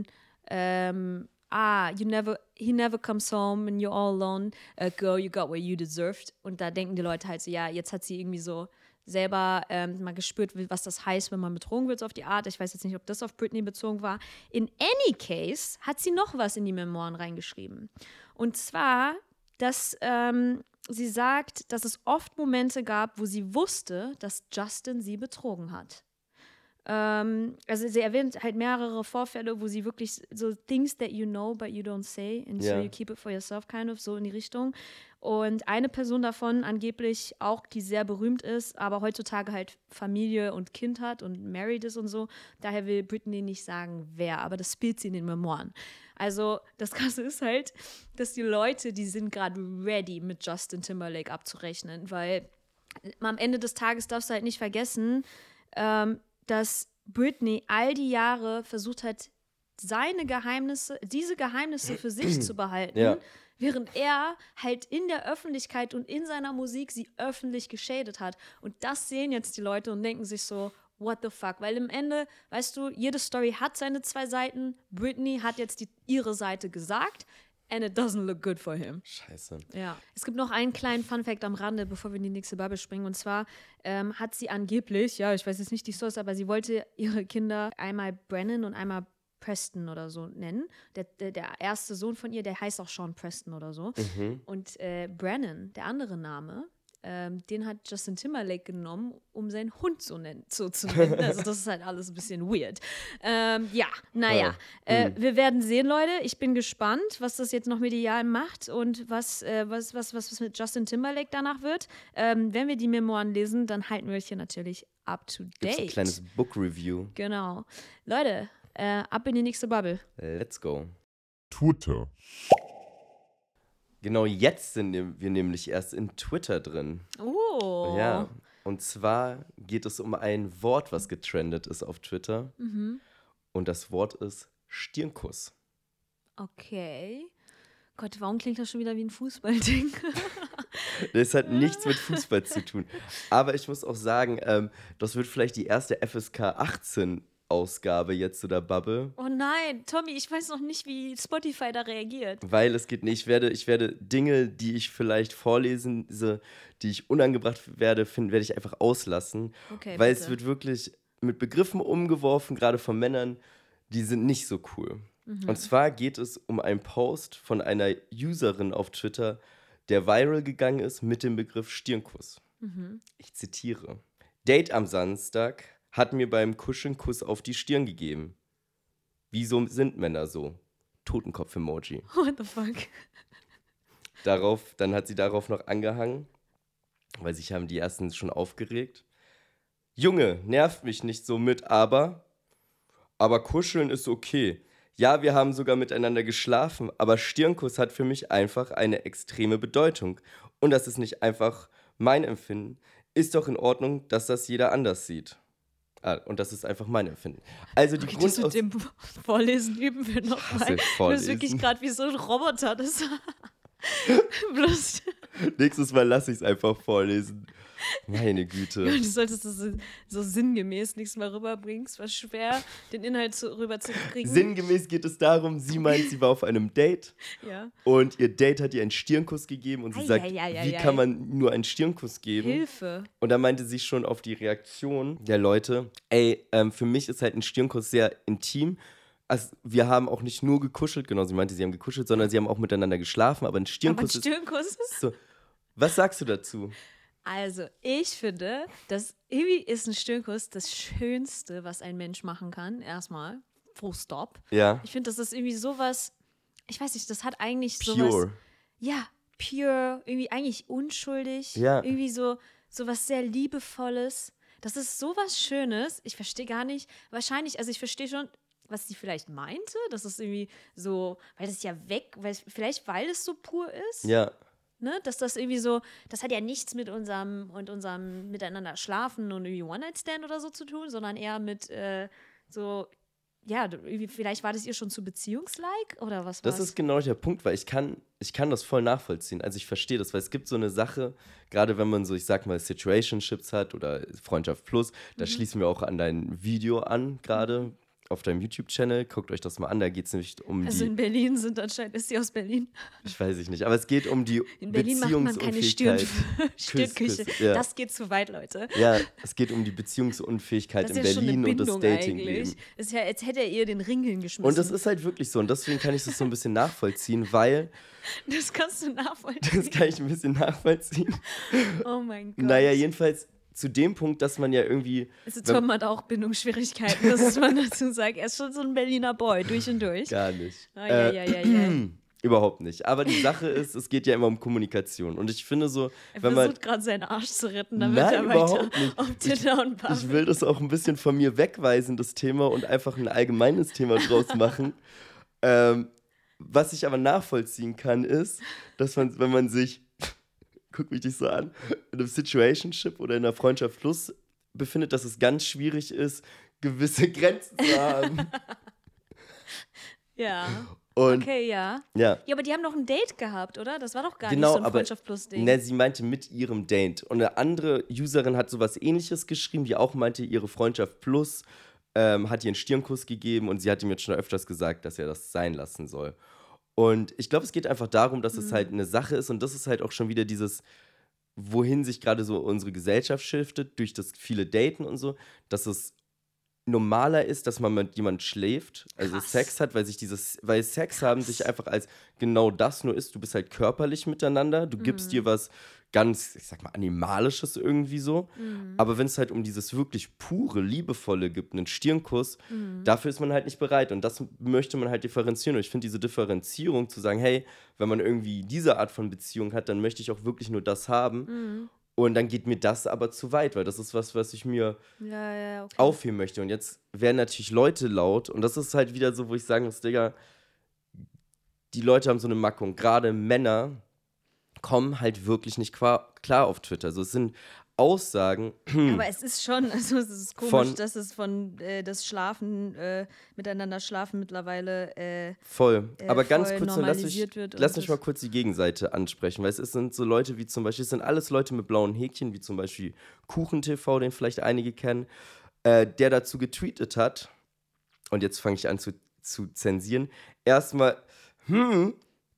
ähm, ah, you never, he never comes home and you're all alone. Uh, girl, you got what you deserved. Und da denken die Leute halt so, ja, jetzt hat sie irgendwie so selber ähm, mal gespürt, was das heißt, wenn man betrogen wird, so auf die Art. Ich weiß jetzt nicht, ob das auf Britney bezogen war. In any case hat sie noch was in die Memoiren reingeschrieben. Und zwar, dass ähm, sie sagt, dass es oft Momente gab, wo sie wusste, dass Justin sie betrogen hat. Ähm, also sie erwähnt halt mehrere Vorfälle, wo sie wirklich so things that you know but you don't say and so Ja. you keep it for yourself kind of, so in die Richtung. Und eine Person davon angeblich auch, die sehr berühmt ist, aber heutzutage halt Familie und Kind hat und married ist und so. Daher will Britney nicht sagen, wer, aber das spielt sie in den Memoiren. Also das Krasse ist halt, dass die Leute, die sind gerade ready, mit Justin Timberlake abzurechnen, weil am Ende des Tages darfst du halt nicht vergessen, ähm, dass Britney all die Jahre versucht hat, seine Geheimnisse, diese Geheimnisse für sich zu behalten, Ja. während er halt in der Öffentlichkeit und in seiner Musik sie öffentlich geschadet hat. Und das sehen jetzt die Leute und denken sich so, what the fuck? Weil im Ende, weißt du, jede Story hat seine zwei Seiten. Britney hat jetzt die, ihre Seite gesagt and it doesn't look good for him. Scheiße. Ja. Es gibt noch einen kleinen Funfact am Rande, bevor wir in die nächste Bubble springen. Und zwar ähm, hat sie angeblich, ja, ich weiß jetzt nicht die Source, aber sie wollte ihre Kinder einmal Brennan und einmal Preston oder so nennen. Der, der, der erste Sohn von ihr, der heißt auch Sean Preston oder so. Mhm. Und äh, Brennan, der andere Name, ähm, den hat Justin Timberlake genommen, um seinen Hund so, nennen, so zu nennen. Also das ist halt alles ein bisschen weird. Ähm, ja, naja. Ja. Äh, Mhm. wir werden sehen, Leute. Ich bin gespannt, was das jetzt noch medial macht und was, äh, was, was, was, was mit Justin Timberlake danach wird. Ähm, wenn wir die Memoiren lesen, dann halten wir euch hier natürlich up to Gibt's ein date. kleines Book-Review. Genau. Leute, äh, ab in die nächste Bubble. Let's go. Twitter. Genau jetzt sind wir nämlich erst in Twitter drin. Oh. Ja, und zwar geht es um ein Wort, was getrendet ist auf Twitter. Mhm. Und das Wort ist Stirnkuss. Okay. Gott, warum klingt das schon wieder wie ein Fußballding? Das hat nichts mit Fußball zu tun. Aber ich muss auch sagen, ähm, das wird vielleicht die erste F S K achtzehn Ausgabe jetzt zu der Bubble. Oh nein, Tommy, ich weiß noch nicht, wie Spotify da reagiert. Weil es geht nicht, ich werde, ich werde Dinge, die ich vielleicht vorlesen, diese, die ich unangebracht werde, finden, werde ich einfach auslassen. Okay, weil bitte. es wird wirklich mit Begriffen umgeworfen, gerade von Männern, die sind nicht so cool. Mhm. Und zwar geht es um einen Post von einer Userin auf Twitter, der viral gegangen ist mit dem Begriff Stirnkuss. Mhm. Ich zitiere. Date am Samstag hat mir beim Kuscheln Kuss auf die Stirn gegeben. Wieso sind Männer so? Totenkopf-Emoji. What the fuck? Darauf, dann hat sie darauf noch angehangen, weil sich haben die ersten schon aufgeregt. Junge, nervt mich nicht so mit, aber, aber kuscheln ist okay. Ja, wir haben sogar miteinander geschlafen, aber Stirnkuss hat für mich einfach eine extreme Bedeutung. Und das ist nicht einfach mein Empfinden. Ist doch in Ordnung, dass das jeder anders sieht. Ah, und das ist einfach mein Empfinden. Also die Okay, das mit Grundaus... dem Vorlesen üben wir hasse nochmal. Das ist Vorlesen. wirklich gerade wie so ein Roboter. Das Bloß, Nächstes Mal lasse ich es einfach vorlesen. Meine Güte. du solltest das so, so sinngemäß nächstes Mal rüberbringen. Es war schwer, den Inhalt zu, rüberzukriegen. Sinngemäß geht es darum, sie meint, sie war auf einem Date Ja. und ihr Date hat ihr einen Stirnkuss gegeben und sie Ei, sagt, ei, ei, ei, wie ei. kann man nur einen Stirnkuss geben? Hilfe. Und da meinte sie schon auf die Reaktion der Leute, ey, ähm, für mich ist halt ein Stirnkuss sehr intim. Also wir haben auch nicht nur gekuschelt, genau, sie meinte, sie haben gekuschelt, sondern sie haben auch miteinander geschlafen, aber ein Aber ein Stirnkuss Stirnkuss ist. ist so. Was sagst du dazu? Also, ich finde, dass irgendwie ist ein Stirnkuss das Schönste, was ein Mensch machen kann. Erstmal. Full stop. Ja, Ich finde, das ist irgendwie sowas. Ich weiß nicht, das hat eigentlich sowas. pure. Ja, pure, irgendwie eigentlich unschuldig. Ja. Irgendwie so, so was sehr Liebevolles. Das ist sowas Schönes. Ich verstehe gar nicht. Wahrscheinlich, also ich verstehe schon, was sie vielleicht meinte. Das ist irgendwie so, weil das ja weg, weil, vielleicht weil es so pur ist. Ja, Ne, dass das irgendwie so, das hat ja nichts mit unserem und unserem Miteinander schlafen und irgendwie One-Night-Stand oder so zu tun, sondern eher mit äh, so, ja, irgendwie, vielleicht war das ihr schon zu beziehungslike oder was das war's? ist genau der Punkt, weil ich kann, ich kann das voll nachvollziehen. Also ich verstehe das, weil es gibt so eine Sache, gerade wenn man so, ich sag mal, Situationships hat oder Freundschaft Plus, da Mhm. schließen wir auch an dein Video an, gerade auf deinem YouTube-Channel. Guckt euch das mal an, da geht es nämlich um Also die, in Berlin sind anscheinend, ist sie aus Berlin? ich weiß ich nicht, aber es geht um die In Berlin macht man keine Stirn, Beziehungsunfähigkeit. Stirnküche. Kuss, ja. Das geht zu weit, Leute. Ja, es geht um die Beziehungsunfähigkeit Das in ist ja schon Berlin eine und das Bindung Datingleben. eigentlich. Ist ja, als hätte er ihr den Ring hingeschmissen. Und das ist halt wirklich so und deswegen kann ich das so ein bisschen nachvollziehen, weil, das kannst du nachvollziehen. das kann ich ein bisschen nachvollziehen. Oh mein Gott. Naja, jedenfalls zu dem Punkt, dass man ja irgendwie, Also wenn- Tom hat auch Bindungsschwierigkeiten, das muss man dazu sagen. Er ist schon so ein Berliner Boy, durch und durch. gar nicht. Ah, ja, ja, ja, ja. Überhaupt nicht. Aber die Sache ist, es geht ja immer um Kommunikation. Und ich finde so, Er wenn man. versucht gerade seinen Arsch zu retten, damit Nein, er weiter überhaupt nicht. auf Tinder und Ich Bumble. will das auch ein bisschen von mir wegweisen, das Thema, und einfach ein allgemeines Thema draus machen. ähm, was ich aber nachvollziehen kann, ist, dass man, wenn man sich, guck mich nicht so an, in einem Situationship oder in einer Freundschaft Plus befindet, dass es ganz schwierig ist, gewisse Grenzen zu haben. Ja, Und okay, ja. ja. Ja, aber die haben noch ein Date gehabt, oder? Das war doch gar Genau, nicht so ein aber Freundschaft plus Ding. Ne, sie meinte mit ihrem Date. Und eine andere Userin hat sowas Ähnliches geschrieben, die auch meinte, ihre Freundschaft Plus ähm, hat ihr einen Stirnkuss gegeben und sie hat ihm jetzt schon öfters gesagt, dass er das sein lassen soll. Und ich glaube, es geht einfach darum, dass es halt eine Sache ist und das ist halt auch schon wieder dieses, wohin sich gerade so unsere Gesellschaft shiftet, durch das viele Daten und so, dass es normaler ist, dass man mit jemandem schläft, also Krass. Sex hat, weil sich dieses, weil Sex haben sich einfach als genau das nur ist, du bist halt körperlich miteinander, du gibst Mhm. dir was ganz, ich sag mal, Animalisches irgendwie so, Mhm. aber wenn es halt um dieses wirklich pure, liebevolle gibt, einen Stirnkuss, Mhm. dafür ist man halt nicht bereit und das möchte man halt differenzieren und ich finde diese Differenzierung zu sagen, hey, wenn man irgendwie diese Art von Beziehung hat, dann möchte ich auch wirklich nur das haben Mhm. und dann geht mir das aber zu weit, weil das ist was, was ich mir Ja, ja, okay. aufheben möchte. Und jetzt werden natürlich Leute laut und das ist halt wieder so, wo ich sagen muss, Digga, die Leute haben so eine Mackung. Gerade Männer kommen halt wirklich nicht qua- klar auf Twitter. Also es sind Aussagen, Aber es ist schon, also es ist komisch, Von- dass es von äh, das Schlafen, äh, miteinander schlafen mittlerweile äh, voll. äh, Aber ganz voll kurz, nur lass mich, normalisiert wird. und lass mich das- mal kurz die Gegenseite ansprechen, weil es ist- sind so Leute wie zum Beispiel, es sind alles Leute mit blauen Häkchen, wie zum Beispiel KuchenTV, den vielleicht einige kennen, äh, der dazu getweetet hat, und jetzt fange ich an zu, zu zensieren, erstmal, hm,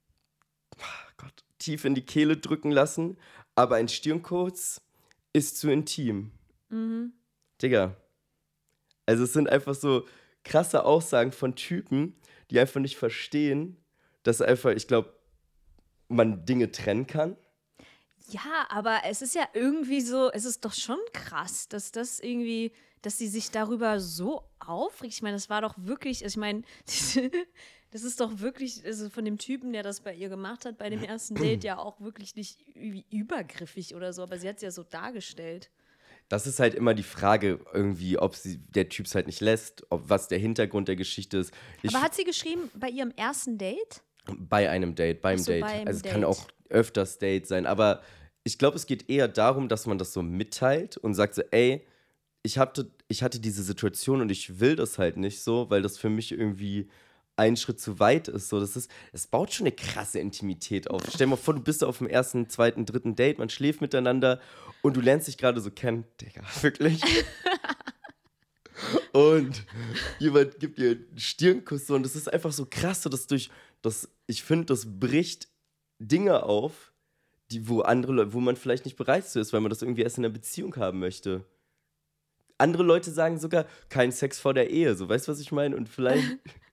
Gott, tief in die Kehle drücken lassen, aber ein Stirnkuss ist zu intim. Mhm. Digga. Also es sind einfach so krasse Aussagen von Typen, die einfach nicht verstehen, dass einfach, ich glaube, man Dinge trennen kann. Ja, aber es ist ja irgendwie so, es ist doch schon krass, dass das irgendwie, dass sie sich darüber so aufregt. Ich meine, das war doch wirklich, also ich meine, das ist doch wirklich, also von dem Typen, der das bei ihr gemacht hat, bei dem ersten Date ja auch wirklich nicht ü- übergriffig oder so, aber sie hat es ja so dargestellt. Das ist halt immer die Frage irgendwie, ob sie der Typ es halt nicht lässt, ob was der Hintergrund der Geschichte ist. Ich, Aber hat sie geschrieben, bei ihrem ersten Date? bei einem Date, beim Ach so, Date. beim also es Date. kann auch öfters Date sein, aber ich glaube, es geht eher darum, dass man das so mitteilt und sagt so, ey, ich hatte, ich hatte diese Situation und ich will das halt nicht so, weil das für mich irgendwie ein Schritt zu weit ist. So, das ist, es baut schon eine krasse Intimität auf. Stell dir mal vor, du bist auf dem ersten, zweiten, dritten Date, man schläft miteinander und du lernst dich gerade so kennen. Digga, wirklich? Und jemand gibt dir einen Stirnkuss so, und das ist einfach so krass, so dass durch, das, ich finde, das bricht Dinge auf, die, wo andere Leute, wo man vielleicht nicht bereit zu ist, weil man das irgendwie erst in einer Beziehung haben möchte. Andere Leute sagen sogar, kein Sex vor der Ehe, so, weißt du, was ich meine? Und vielleicht,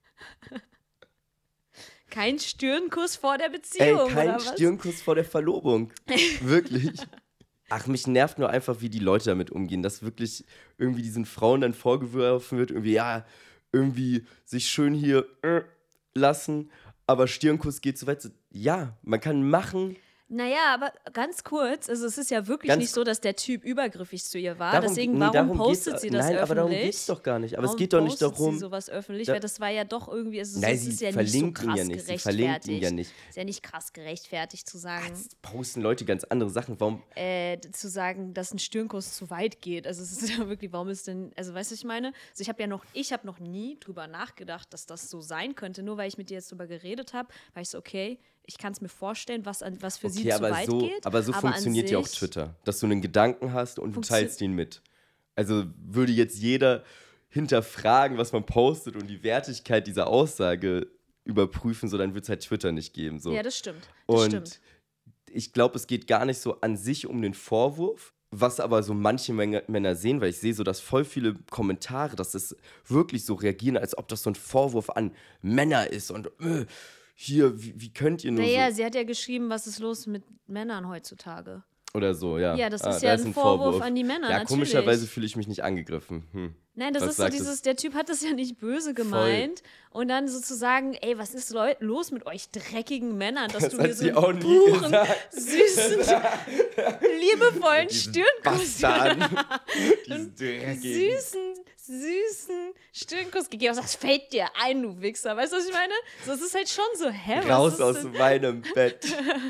Kein Stirnkuss vor der Beziehung, ey, kein oder was? Stirnkuss vor der Verlobung. Wirklich. Ach, mich nervt nur einfach, wie die Leute damit umgehen, dass wirklich irgendwie diesen Frauen dann vorgeworfen wird, irgendwie, ja, irgendwie sich schön hier äh, lassen, aber Stirnkuss geht zu weit. So, ja, man kann machen. Naja, aber ganz kurz, also es ist ja wirklich Ganz nicht so, dass der Typ übergriffig zu ihr war. Darum- Deswegen, nee, warum darum postet geht's- sie das Nein, öffentlich? aber darum geht es doch gar nicht. Aber warum es geht doch nicht postet darum. sie sowas öffentlich? Da- Weil das war ja doch irgendwie, es ist, Nein, es sie ist ja nicht so verlinkt ihn krass ja nicht. Sie gerechtfertigt. verlinkt ihn ja nicht. Ist ja nicht krass gerechtfertigt zu sagen, Jetzt posten Leute ganz andere Sachen. Warum? äh, zu sagen, dass ein Stirnkuss zu weit geht. Also es ist ja wirklich, warum ist denn, also weißt du, was ich meine? Also ich habe ja noch, ich habe noch nie drüber nachgedacht, dass das so sein könnte. Nur weil ich mit dir jetzt drüber geredet habe, war ich so, okay, ich kann es mir vorstellen, was, an, was für sie Okay, zu aber weit so, geht. aber so an funktioniert ja auch sich- Twitter. Dass du einen Gedanken hast und du Funktio- teilst ihn mit. Also würde jetzt jeder hinterfragen, was man postet und die Wertigkeit dieser Aussage überprüfen, so dann wird es halt Twitter nicht geben. So. Ja, das stimmt. Das Und stimmt. ich glaube, es geht gar nicht so an sich um den Vorwurf, was aber so manche Menge- Männer sehen, weil ich sehe so, dass voll viele Kommentare, dass es wirklich so reagieren, als ob das so ein Vorwurf an Männer ist und äh, hier, wie, wie könnt ihr nur Naja, so? sie hat ja geschrieben, was ist los mit Männern heutzutage. Oder so, ja. Ja, das Ah, ist da ja ein Vorwurf an die Männer, Ja, natürlich. komischerweise fühle ich mich nicht angegriffen. Hm. Nein, das Was ist so sagt dieses, es? der Typ hat das ja nicht böse gemeint. Und dann sozusagen, ey, was ist Leu- los mit euch dreckigen Männern, dass Das du hat mir so sie einen auch nie puren, gesagt. süßen, liebevollen Diesen Stirnkuss, Bastarden. Diesen dreckigen. süßen, süßen Stirnkuss gegeben hast. Das fällt dir ein, du Wichser. Weißt du, was ich meine? So, es ist halt schon so, hä, was Raus ist aus denn? meinem Bett.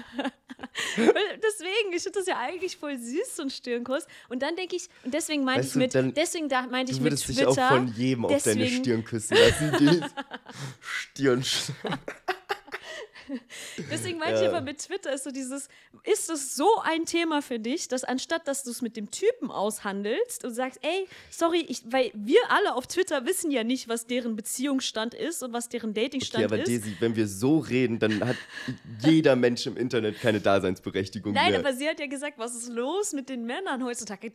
Weil deswegen, ich finde das ja eigentlich voll süß, so ein Stirnkuss. Und dann denke ich, und deswegen meinte Weißt ich du, mit, dann- deswegen da meinte ich Du mit würdest Twitter. dich auch von jedem auf deine deswegen- Stirn küssen lassen. Die Stirn. Deswegen meinte ich Ja. aber mit Twitter ist so dieses, ist es so ein Thema für dich, dass anstatt, dass du es mit dem Typen aushandelst und sagst, ey, sorry, ich, weil wir alle auf Twitter wissen ja nicht, was deren Beziehungsstand ist und was deren Datingstand Okay, aber ist. Desi, wenn wir so reden, dann hat jeder Mensch im Internet keine Daseinsberechtigung Nein, mehr. aber sie hat ja gesagt, was ist los mit den Männern heutzutage? Das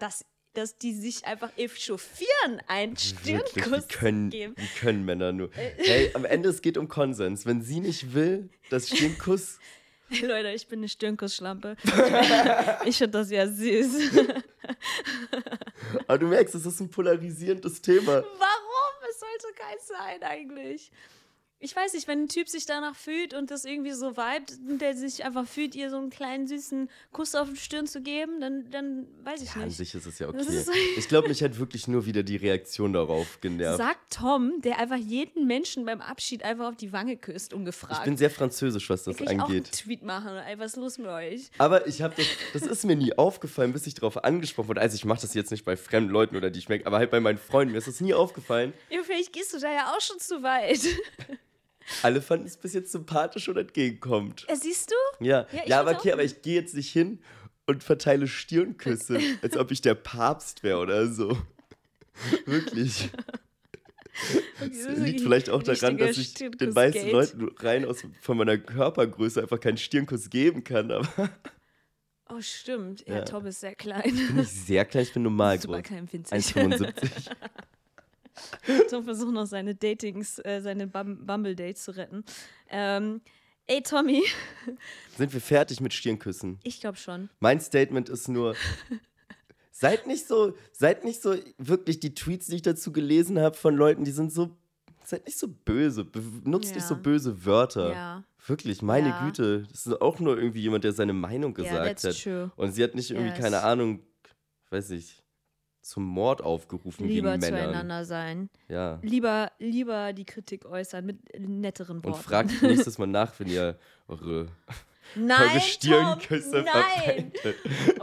dass die sich einfach echauffieren, einen Wirklich, Stirnkuss wie können, zu geben. wie können Männer nur. Hey, am Ende, es geht um Konsens. Wenn sie nicht will, dass Stirnkuss. Hey Leute, ich bin eine Stirnkussschlampe. Ich finde das ja süß. Aber du merkst, es ist ein polarisierendes Thema. Warum? Es sollte keins sein eigentlich. Ich weiß nicht, wenn ein Typ sich danach fühlt und das irgendwie so vibet und der sich einfach fühlt, ihr so einen kleinen süßen Kuss auf die Stirn zu geben, dann, dann weiß ich Ja, an nicht. sich ist es ja Das okay. ist- Ich glaube, mich hat wirklich nur wieder die Reaktion darauf genervt. Sagt Tom, der einfach jeden Menschen beim Abschied einfach auf die Wange küsst, ungefragt. Ich bin sehr französisch, was das Kann ich auch einen angeht. Tweet machen? Ey, was ist los mit euch? Aber ich habe das, das ist mir nie aufgefallen, bis ich darauf angesprochen wurde. Also ich mache das jetzt nicht bei fremden Leuten oder die ich merke, aber halt bei meinen Freunden. Mir ist das nie aufgefallen. Ja, vielleicht gehst du da ja auch schon zu weit. Alle fanden es bis jetzt sympathisch und entgegenkommt. Äh, siehst du? Ja, Ja, ja, ich aber find's okay, auch aber ich gehe jetzt nicht hin und verteile Stirnküsse, als ob ich der Papst wäre oder so. Wirklich. Das liegt vielleicht auch daran, dass ich den meisten Leuten rein aus, von meiner Körpergröße einfach keinen Stirnkuss geben kann. Aber Oh, stimmt. Ja, Ja. Tom ist sehr klein. bin ich sehr klein, ich bin normal Super groß. klein, winzig. eins Komma fünfundsiebzig. Tom versucht noch seine Datings, äh, seine Bum- Bumble-Dates zu retten. Ähm, ey, Tommy, Sind wir fertig mit Stirnküssen? ich glaube schon. Mein Statement ist nur, seid nicht so, seid nicht so, wirklich die Tweets, die ich dazu gelesen habe von Leuten, die sind so, seid nicht so böse, benutzt Ja. nicht so böse Wörter. Ja, Wirklich, meine Ja. Güte, das ist auch nur irgendwie jemand, der seine Meinung yeah, gesagt that's hat. true. Und sie hat nicht irgendwie, Yes. keine Ahnung, weiß ich, zum Mord aufgerufen Lieber gegen Männern. zueinander sein. Ja. Lieber, lieber die Kritik äußern mit netteren Und Worten. fragt nächstes Mal nach, wenn ihr eure, Nein, eure Stirnküsse Tom, nein. verfeindet.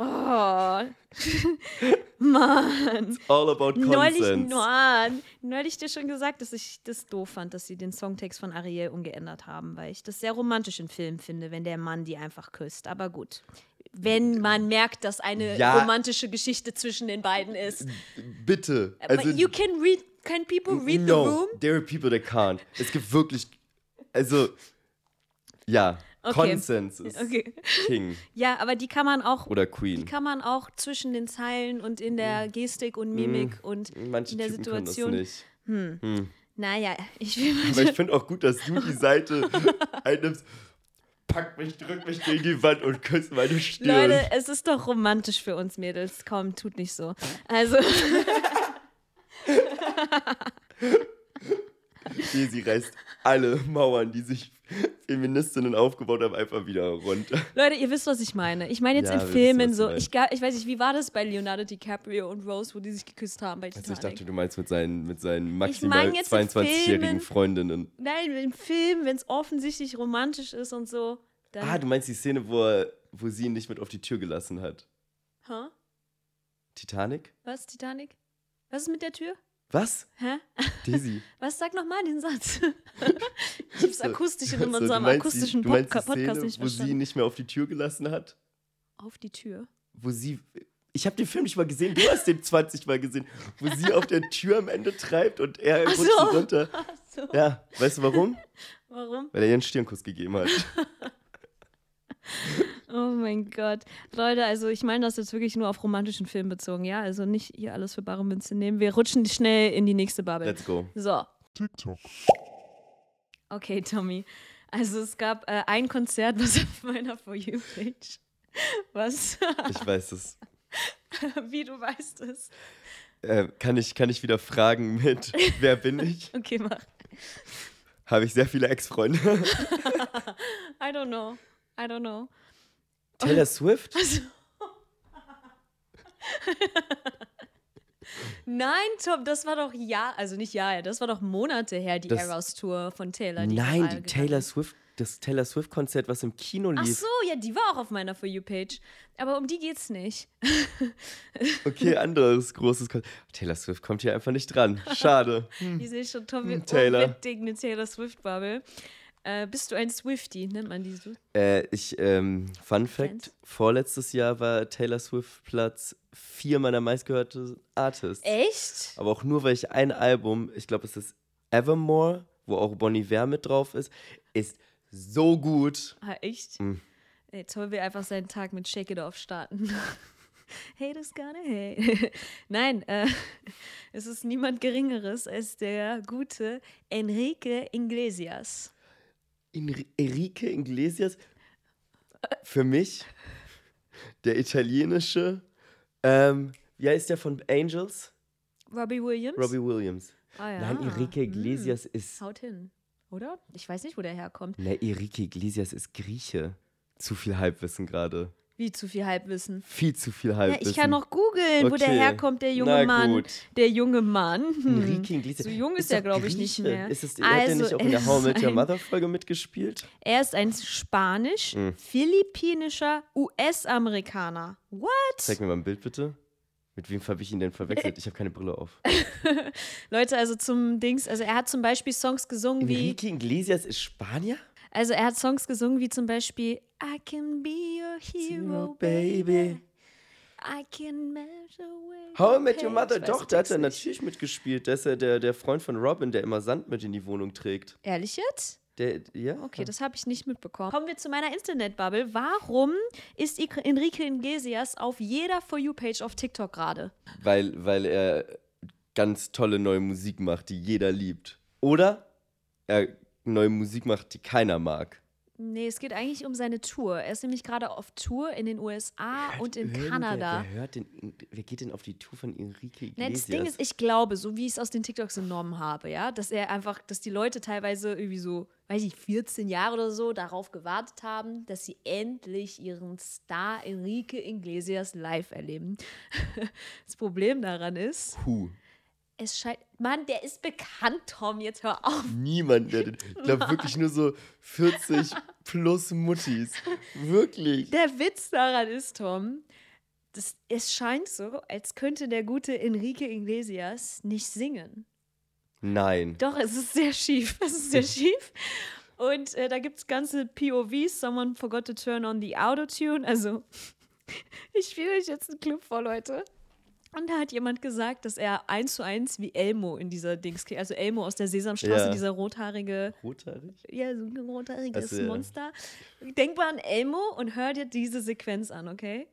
Oh, Mann. All about Neulich, consent. Mann, neulich dir schon gesagt, dass ich das doof fand, dass sie den Songtext von Ariel umgeändert haben, weil ich das sehr romantisch in Filmen finde, wenn der Mann die einfach küsst. Aber gut, wenn man merkt, dass eine Ja. romantische Geschichte zwischen den beiden ist. Bitte. Aber Also, you can read, can people read no, the room? there are people that can't. Es gibt wirklich, also, ja, Okay. Konsens ist Okay. King Ja, aber die kann man auch, oder die Queen. kann man auch zwischen den Zeilen und in der Gestik und Mimik und Manche in der Typen können das Situation. nicht. Naja, ich will Aber ich finde auch gut, dass du die Seite einnimmst. Pack mich, drück mich gegen die Wand und küsst meine Stirn. Leute, es ist doch romantisch für uns Mädels. Komm, tut nicht so. Also, Sie reißt alle Mauern, die sich Feministinnen aufgebaut haben, einfach wieder runter. Leute, ihr wisst, was ich meine. Ich meine jetzt Ja, in wir wissen, Filmen was du so, meinst. ich, ga- ich weiß nicht, wie war das bei Leonardo DiCaprio und Rose, wo die sich geküsst haben bei Also Titanic? ich dachte, du meinst mit seinen, mit seinen Ich maximal mein jetzt in zweiundzwanzigjährigen Filmen. Freundinnen. Nein, im Film, wenn es offensichtlich romantisch ist und so, dann... Ah, du meinst die Szene, wo, er, wo sie ihn nicht mit auf die Tür gelassen hat. Hä? Titanic? Was, Titanic? Was ist mit der Tür? Was? Hä? Daisy. Was, sag nochmal den Satz. Ich hab's akustisch in So, du unserem meinst akustischen die, du meinst Podca die Szene, Podcast nicht wo sie ihn verstanden. nicht mehr auf die Tür gelassen hat? Auf die Tür. Wo sie... Ich habe den Film nicht mal gesehen, du hast den zwanzig Mal gesehen. Wo sie auf der Tür am Ende treibt und er Ach rutscht so. runter. Ach so. Ja, weißt du warum? Warum? Weil er ihr einen Stirnkuss gegeben hat. Oh mein Gott. Leute, also ich meine das jetzt wirklich nur auf romantischen Film bezogen, ja? Also nicht hier alles für bare Münze nehmen. Wir rutschen schnell in die nächste Bubble. Let's go. So, TikTok. okay, Tommy. Also es gab äh, ein Konzert, was auf meiner For You-Page, was, Ich weiß es. wie du weißt es. Äh, kann, ich, kann ich wieder fragen mit, wer bin ich? Okay, mach. Habe ich sehr viele Ex-Freunde. I don't know. I don't know. Taylor Swift? Nein, Tom, das war doch Jahr, also nicht Jahre, das war doch Monate her, die Das- Eras Tour von Taylor. Die Nein, viral die gegangen Taylor ist. Swift, das Taylor Swift-Konzert, was im Kino Ach lief. so, ja, die war auch auf meiner For You-Page. Aber um die geht's nicht. Okay, anderes großes Konzert. Taylor Swift kommt hier einfach nicht dran. Schade. Ich sehe schon, Tom, Hm, wir Taylor. unbedingt eine Taylor Swift-Bubble. Äh, bist du ein Swiftie, nennt man die so? Äh, ich, ähm, Fun Fact, Fans? vorletztes Jahr war Taylor Swift Platz vier meiner meistgehörten Artists. Echt? Aber auch nur, weil ich ein Album, ich glaube, es ist Evermore, wo auch Bon Iver mit drauf ist, ist so gut. Ah, echt? Mhm. Ey, toll, wir einfach seinen Tag mit Shake It Off starten. Haters gonna hate. Nein, äh, es ist niemand Geringeres als der gute Enrique Iglesias. Enrique Iglesias, für mich der italienische, ähm, wie heißt der von Angels? Robbie Williams? Robbie Williams. Ah, ja. Nein, Enrique Iglesias Hm. ist... Haut hin, oder? Ich weiß nicht, wo der herkommt. Ne, Enrique Iglesias ist Grieche. Zu viel Halbwissen gerade. Wie zu viel Halbwissen. Viel zu viel Ja, Halbwissen. ich kann noch googeln, wo der Okay. herkommt, der junge Na Mann. gut. Der junge Mann. Hm. Enrique Iglesias. So jung ist er, doch glaube ich, nicht Grieche. mehr. Ist es, hat er nicht auch in er der How I ist Met Your ein- Mother Folge mitgespielt? Er ist ein spanisch-philippinischer U S-Amerikaner. What? Zeig mir mal ein Bild bitte. Mit wem habe ich ihn denn verwechselt? Ich habe keine Brille auf. Leute, also zum Dings, also er hat zum Beispiel Songs gesungen wie, Enrique Iglesias ist Spanier? also er hat Songs gesungen wie zum Beispiel I can be your hero, baby. I can measure away How I the Met Your pain. Mother, Ich weiß doch, den da hat Text er nicht. natürlich mitgespielt. Der ist ja der, der Freund von Robin, der immer Sand mit in die Wohnung trägt. Ehrlich jetzt? Der, ja. Okay, das habe ich nicht mitbekommen. Kommen wir zu meiner Internet-Bubble. Warum ist Ik- Enrique Iglesias auf jeder For You-Page auf TikTok gerade? Weil, weil er ganz tolle neue Musik macht, die jeder liebt. Oder er neue Musik macht, die keiner mag. Nee, es geht eigentlich um seine Tour. Er ist nämlich gerade auf Tour in den U S A und in Irgendwer- Kanada. Wer, hört den, wer geht denn auf die Tour von Enrique Iglesias? Nein, das Ding ist, ich glaube, so wie ich es aus den TikToks entnommen habe, ja, dass er einfach, dass die Leute teilweise irgendwie so, weiß ich, vierzehn Jahre oder so darauf gewartet haben, dass sie endlich ihren Star Enrique Iglesias live erleben. Das Problem daran ist, Puh. es scheint, Mann, der ist bekannt, Tom, jetzt hör auf. Niemand, der den, ich glaube wirklich nur so vierzig plus Muttis. Wirklich. Der Witz daran ist, Tom, das, es scheint so, als könnte der gute Enrique Iglesias nicht singen. Nein. Doch, es ist sehr schief. Es ist sehr schief. Und äh, da gibt es ganze P O Vs. Someone forgot to turn on the Autotune. Also, ich spiele euch jetzt einen Clip vor, Leute. Und da hat jemand gesagt, dass er eins zu eins wie Elmo in dieser Dings klingt. Also Elmo aus der Sesamstraße, Ja. dieser rothaarige, Rothaarig? ja, so ein rothaariges Also, ja. Monster. Denk mal an Elmo und hör dir diese Sequenz an, okay?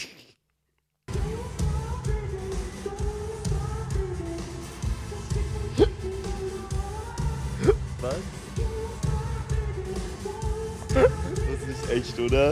Was? Das ist nicht echt, oder?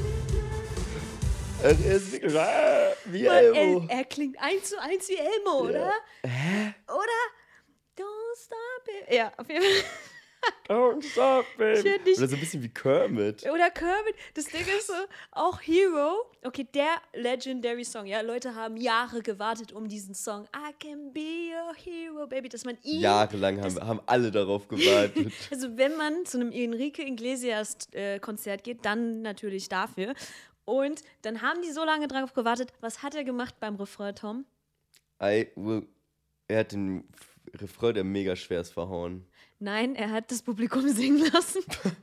Er ist wirklich ah, wie Mann, Elmo. er, er klingt eins zu eins wie Elmo, oder? Hä? Oder? Don't stop it. Ja, auf jeden Fall. Don't stop, baby. Ich hätte nicht- Oder so ein bisschen wie Kermit. Oder Kermit. Das Ding ist so, auch Hero. Okay, der Legendary Song. Ja, Leute haben Jahre gewartet um diesen Song. I can be your hero, baby. Dass man ihn... Jahrelang haben, haben alle darauf gewartet. Also wenn man zu einem Enrique Iglesias äh, Konzert geht, dann natürlich dafür. Und dann haben die so lange drauf gewartet. Was hat er gemacht beim Refrain, Tom? I will, er hat den Refrain, der mega schwer ist, verhauen. Nein, er hat das Publikum singen lassen.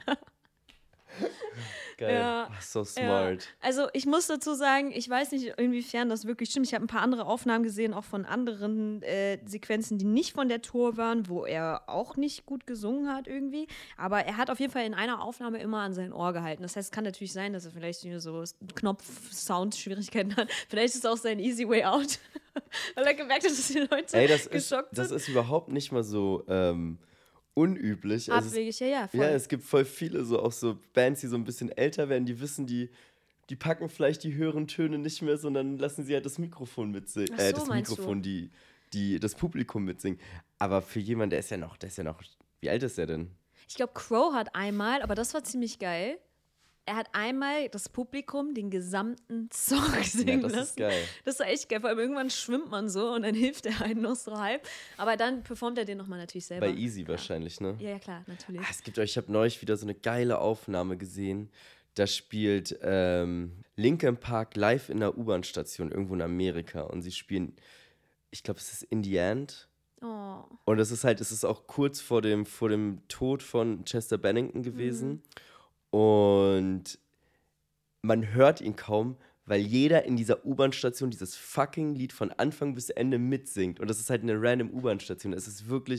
Geil. Ja. Ach, so smart. Ja. Also ich muss dazu sagen, ich weiß nicht, inwiefern das wirklich stimmt. Ich habe ein paar andere Aufnahmen gesehen, auch von anderen äh, Sequenzen, die nicht von der Tour waren, wo er auch nicht gut gesungen hat irgendwie. Aber er hat auf jeden Fall in einer Aufnahme immer an sein Ohr gehalten. Das heißt, es kann natürlich sein, dass er vielleicht so Knopf-Sound-Schwierigkeiten hat. Vielleicht ist es auch sein Easy Way Out, weil er gemerkt hat, dass die Leute Ey, das ist, geschockt das sind. ist überhaupt nicht mal so ähm, unüblich. Also es, Abwegig, ja, ja, voll. ja, es gibt voll viele, so auch so Bands, die so ein bisschen älter werden, die wissen, die, die packen vielleicht die höheren Töne nicht mehr, sondern lassen sie halt das Mikrofon mitsingen. Ach so, äh, das meinst du? Mikrofon, die, die, das Publikum mitsingen. Aber für jemanden, der ist ja noch, der ist ja noch, wie alt ist der denn? Ich glaube, Crow hat einmal, aber das war ziemlich geil. Er hat einmal das Publikum den gesamten Song Ja, singen das lassen. ist geil. Das war echt geil. Vor allem irgendwann schwimmt man so und dann hilft er einen noch so halb. Aber dann performt er den nochmal natürlich selber. Bei Easy wahrscheinlich, ne? Ja, ja, klar, natürlich. Ah, es gibt euch, ich habe neulich wieder so eine geile Aufnahme gesehen. Da spielt ähm, Linkin Park live in einer U-Bahn-Station irgendwo in Amerika und sie spielen, ich glaube, es ist In the End. Oh. Und es ist halt, es ist auch kurz vor dem, vor dem Tod von Chester Bennington gewesen. Mhm. Und man hört ihn kaum, weil jeder in dieser U-Bahn-Station dieses fucking Lied von Anfang bis Ende mitsingt. Und das ist halt eine random U-Bahn-Station. Es ist wirklich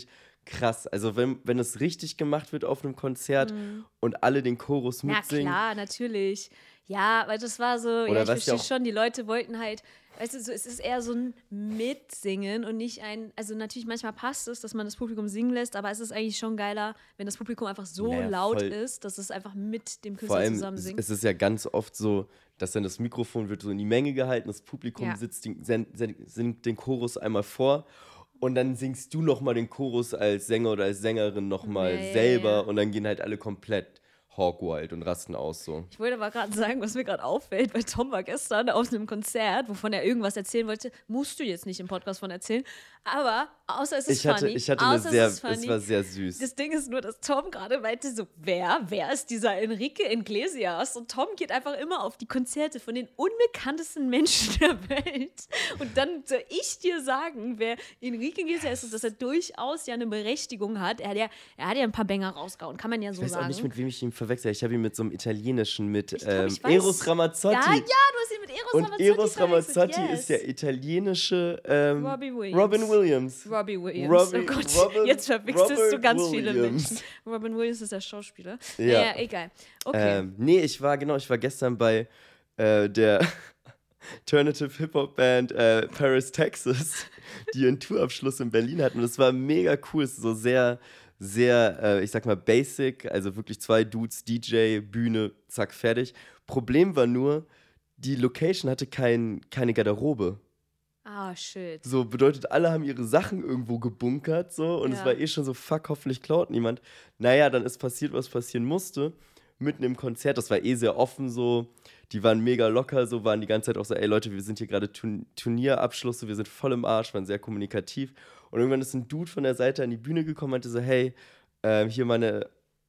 krass. Also wenn, wenn es richtig gemacht wird auf einem Konzert mhm. und alle den Chorus Na mitsingen. klar, natürlich. Ja, weil das war so, Oder ja, ich was ja verstehe auch- schon, die Leute wollten halt, weißt du, so, es ist eher so ein Mitsingen und nicht ein, also natürlich manchmal passt es, dass man das Publikum singen lässt, aber es ist eigentlich schon geiler, wenn das Publikum einfach so Naja, laut voll. ist, dass es einfach mit dem Vor Künstler allem zusammen es singt. es ist ja ganz oft so, dass dann das Mikrofon wird so in die Menge gehalten, das Publikum Ja. sitzt den, sen- sen- singt den Chorus einmal vor und dann singst du nochmal den Chorus als Sänger oder als Sängerin nochmal Ja, ja, selber ja. und dann gehen halt alle komplett hogwild und rasten aus so. Ich wollte aber gerade sagen, was mir gerade auffällt, weil Tom war gestern auf einem Konzert, wovon er irgendwas erzählen wollte, musst du jetzt nicht im Podcast von erzählen, aber außer es ist Ich hatte, funny, ich hatte eine außer sehr, es ist funny, es war sehr süß. das Ding ist nur, dass Tom gerade meinte, so, wer, wer ist dieser Enrique Iglesias? Und Tom geht einfach immer auf die Konzerte von den unbekanntesten Menschen der Welt. Und dann soll ich dir sagen, wer Enrique Iglesias ist und dass er durchaus ja eine Berechtigung hat. Er hat ja, er hat ja ein paar Banger rausgehauen, kann man ja so Ich weiß sagen. auch nicht, mit wem ich ihn verwechsel. Ich habe ihn mit so einem italienischen, mit Ich glaub, ähm, ich weiß. Eros Ramazzotti. Ja, ja, du hast ihn mit Eros Und Ramazzotti Eros verwechselt, Ramazzotti yes. ist der italienische ähm, Robbie Williams. Robin Williams. Robbie Williams. Robbie- oh Gott, Robin- jetzt verwechselst du Robert ganz viele Williams. Menschen. Robin Williams ist der Schauspieler. Ja. Naja, egal. Okay. Ähm, nee, ich war, genau, ich war gestern bei äh, der Alternative Hip-Hop-Band äh, Paris, Texas, die einen Tourabschluss in Berlin hatten. Und es war mega cool. Es ist so sehr, sehr, äh, ich sag mal, basic. Also wirklich zwei Dudes, D J, Bühne, zack, fertig. Problem war nur, die Location hatte kein, keine Garderobe. Ah, shit. So bedeutet, alle haben ihre Sachen irgendwo gebunkert so und Ja. es war eh schon so, fuck, hoffentlich klaut niemand. Naja, dann ist passiert, was passieren musste. Mitten im Konzert, das war eh sehr offen so, die waren mega locker, so waren die ganze Zeit auch so, ey Leute, wir sind hier gerade Turn- Turnierabschluss, so, wir sind voll im Arsch, waren sehr kommunikativ. Und irgendwann ist ein Dude von der Seite an die Bühne gekommen und meinte so, hey, ähm, hier meine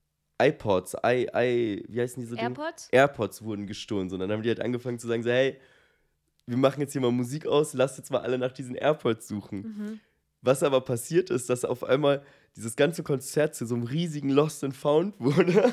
iPods, I, I, wie heißen diese Dinge? AirPods? AirPods wurden gestohlen. So. Und dann haben die halt angefangen zu sagen, so, hey, wir machen jetzt hier mal Musik aus, lasst jetzt mal alle nach diesen AirPods suchen. Mhm. Was aber passiert ist, dass auf einmal dieses ganze Konzert zu so einem riesigen Lost and Found wurde.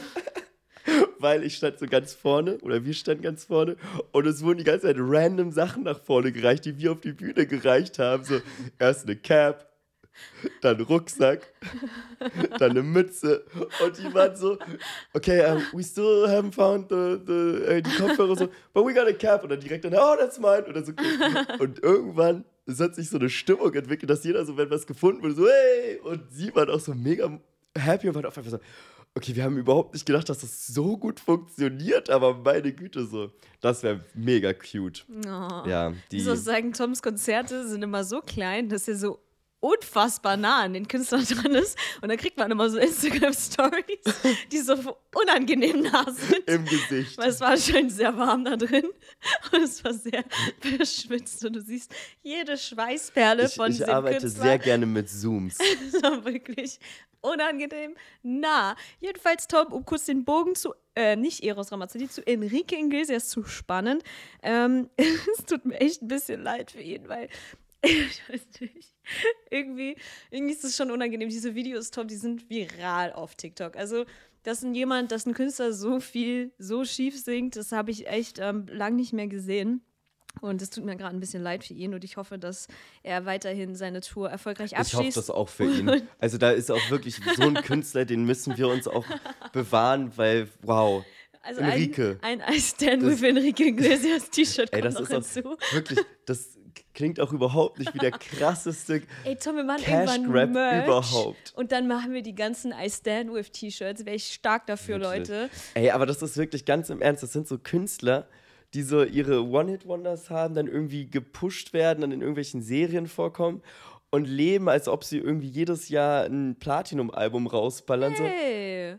Weil ich stand so ganz vorne, oder wir standen ganz vorne, und es wurden die ganze Zeit random Sachen nach vorne gereicht, die wir auf die Bühne gereicht haben. So, erst eine Cap, dann Rucksack, dann eine Mütze. Und die waren so, okay, um, we still haven't found the, the, äh, die Kopfhörer so, but we got a cap. Und dann direkt dann, oh, that's mine. Oder so. Und irgendwann, es hat sich so eine Stimmung entwickelt, dass jeder so, wenn was gefunden wurde, so, hey. Und sie waren auch so mega happy und waren auf einmal so, okay, wir haben überhaupt nicht gedacht, dass das so gut funktioniert, aber meine Güte, so, das wäre mega cute. Oh. Ja, die, Ich muss sagen, Toms Konzerte sind immer so klein, dass er so unfassbar nah an den Künstlern dran ist. Und dann kriegt man immer so Instagram-Stories, die so unangenehm nah sind. im Gesicht. Weil es war anscheinend sehr warm da drin. Und es war sehr verschwitzt. Und du siehst jede Schweißperle Ich, von ich diesem arbeite Künstler. sehr gerne mit Zooms. Das war wirklich unangenehm nah. Jedenfalls, Tom, um kurz den Bogen zu, äh, nicht Eros Ramazzotti, zu Enrique Iglesias zu spannen. Ähm, es tut mir echt ein bisschen leid für ihn, weil ich weiß nicht. Irgendwie, irgendwie ist es schon unangenehm. Diese Videos, Tom, die sind viral auf TikTok. Also, dass ein jemand, dass ein Künstler so viel, so schief singt, das habe ich echt ähm, lang nicht mehr gesehen. Und es tut mir gerade ein bisschen leid für ihn und ich hoffe, dass er weiterhin seine Tour erfolgreich abschließt. Ich hoffe das auch für ihn. Also da ist auch wirklich so ein Künstler, den müssen wir uns auch bewahren, weil, wow, Also Enrique. ein, ein I Stand with Enrique Iglesias T-Shirt Ey, kommt das noch ist hinzu. auch wirklich, das klingt auch überhaupt nicht wie der krasseste Ey, Tom, wir machen Cash irgendwann Grab Merch überhaupt. und dann machen wir die ganzen I Stand with T-Shirts. Wäre ich stark dafür, Wirklich. Leute. Ey, aber das ist wirklich ganz im Ernst, das sind so Künstler, die so ihre One-Hit-Wonders haben, dann irgendwie gepusht werden, dann in irgendwelchen Serien vorkommen und leben, als ob sie irgendwie jedes Jahr ein Platinum-Album rausballern. Hey.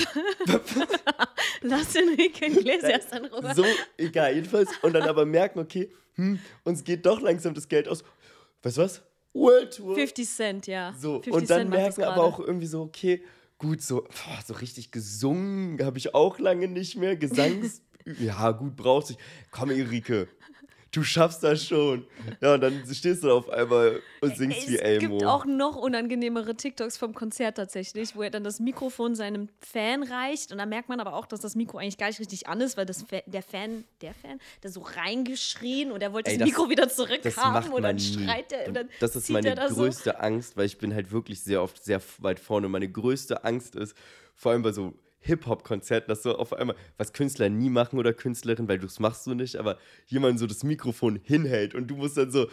Lass Enrique Iglesias dann rüber. So, so, egal, jedenfalls. Und dann aber merken, okay, hm, uns geht doch langsam das Geld aus. Weißt du was? World Tour. fifty Cent, ja. So, fifty und dann Cent macht das merken aber gerade. auch irgendwie so, okay, gut, so, boah, so richtig gesungen habe ich auch lange nicht mehr. Gesangs... ja, gut, brauchst du. Komm, Enrique, du schaffst das schon. Ja, und dann stehst du da auf einmal und singst Es wie Elmo. gibt auch noch unangenehmere TikToks vom Konzert tatsächlich, wo er dann das Mikrofon seinem Fan reicht und dann merkt man aber auch, dass das Mikro eigentlich gar nicht richtig an ist, weil das Fa- der Fan, der Fan, der so reingeschrien und er wollte Ey, das das- Mikro wieder Das zurückhaben macht und man dann nie. schreit er und dann Das ist zieht meine er da so. größte Angst, weil ich bin halt wirklich sehr oft sehr weit vorne. Meine größte Angst ist, vor allem bei so Hip-Hop-Konzerten, dass so auf einmal, was Künstler nie machen oder Künstlerin, weil du es machst du nicht, aber jemand so das Mikrofon hinhält und du musst dann so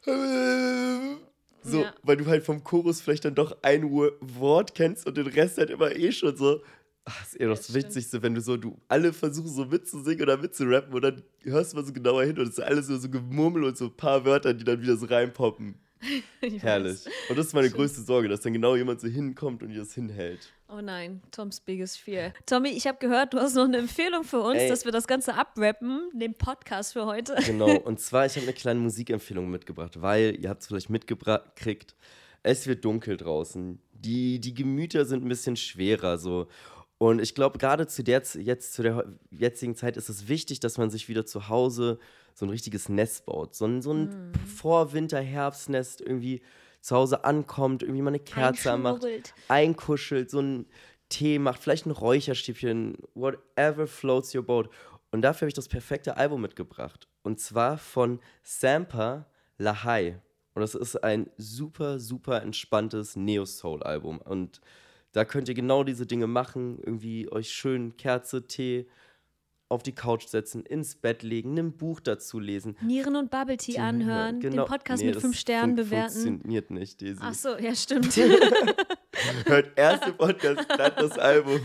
so, Ja. weil du halt vom Chorus vielleicht dann doch ein Wo- Wort kennst und den Rest halt immer eh schon so. Ach, das ist eher Ja, das stimmt. Witzigste, wenn du so, du alle versuchen so mitzusingen oder mitzurappen und dann hörst du mal so genauer hin und es ist alles nur so Gemurmel und so ein paar Wörter, die dann wieder so reinpoppen. Ich Herrlich. weiß. Und das ist meine Stimmt. größte Sorge, dass dann genau jemand so hinkommt und dir das hinhält. Oh nein, Toms biggest fear. Tommy, ich habe gehört, du hast noch eine Empfehlung für uns, Ey. dass wir das Ganze abrappen, den Podcast für heute. Genau, und zwar, ich habe eine kleine Musikempfehlung mitgebracht, weil, ihr habt es vielleicht mitgekriegt, es wird dunkel draußen. Die, die Gemüter sind ein bisschen schwerer so. Und ich glaube, gerade zu der, jetzt, zu der jetzigen Zeit ist es wichtig, dass man sich wieder zu Hause so ein richtiges Nest baut. So ein, so ein Vorwinter-Herbstnest irgendwie zu Hause ankommt, irgendwie mal eine Kerze anmacht, Einschmuggelt. einkuschelt, so einen Tee macht, vielleicht ein Räucherstäbchen, whatever floats your boat. Und dafür habe ich das perfekte Album mitgebracht. Und zwar von Sampa Lahai. Und das ist ein super, super entspanntes Neo-Soul-Album. Und da könnt ihr genau diese Dinge machen, irgendwie euch schön Kerze, Tee auf die Couch setzen, ins Bett legen, ein Buch dazu lesen. Nieren und Bubble Tea Die anhören, genau- den Podcast Nee, mit das fünf Sternen fun- bewerten. Funktioniert nicht, Daisy. Ach so, ja, stimmt. Hört erst den Podcast, dann das Album.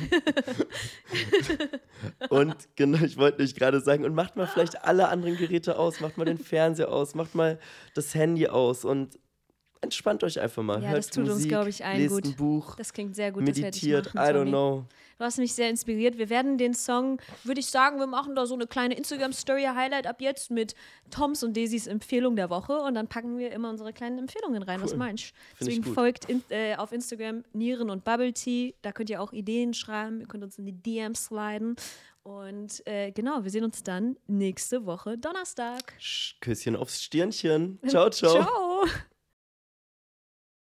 Und genau, ich wollte nicht gerade sagen, und macht mal vielleicht alle anderen Geräte aus, macht mal den Fernseher aus, macht mal das Handy aus und entspannt euch einfach mal. Ja, Hört das tut uns, Musik, glaub ich, allen lest gut. ein Buch, Das klingt sehr gut, das werde ich meditiert, machen, I don't Tommy. know. Du hast mich sehr inspiriert. Wir werden den Song, würde ich sagen, wir machen da so eine kleine Instagram-Story-Highlight ab jetzt mit Toms und Daisys Empfehlung der Woche und dann packen wir immer unsere kleinen Empfehlungen rein. Was Cool. meinst du? Find ich Deswegen gut. folgt in, äh, auf Instagram Nieren und Bubble Tea. Da könnt ihr auch Ideen schreiben. Ihr könnt uns in die D Ms sliden. Und äh, genau, wir sehen uns dann nächste Woche Donnerstag. Sch- Küsschen aufs Stirnchen. Ciao, ciao. Ciao.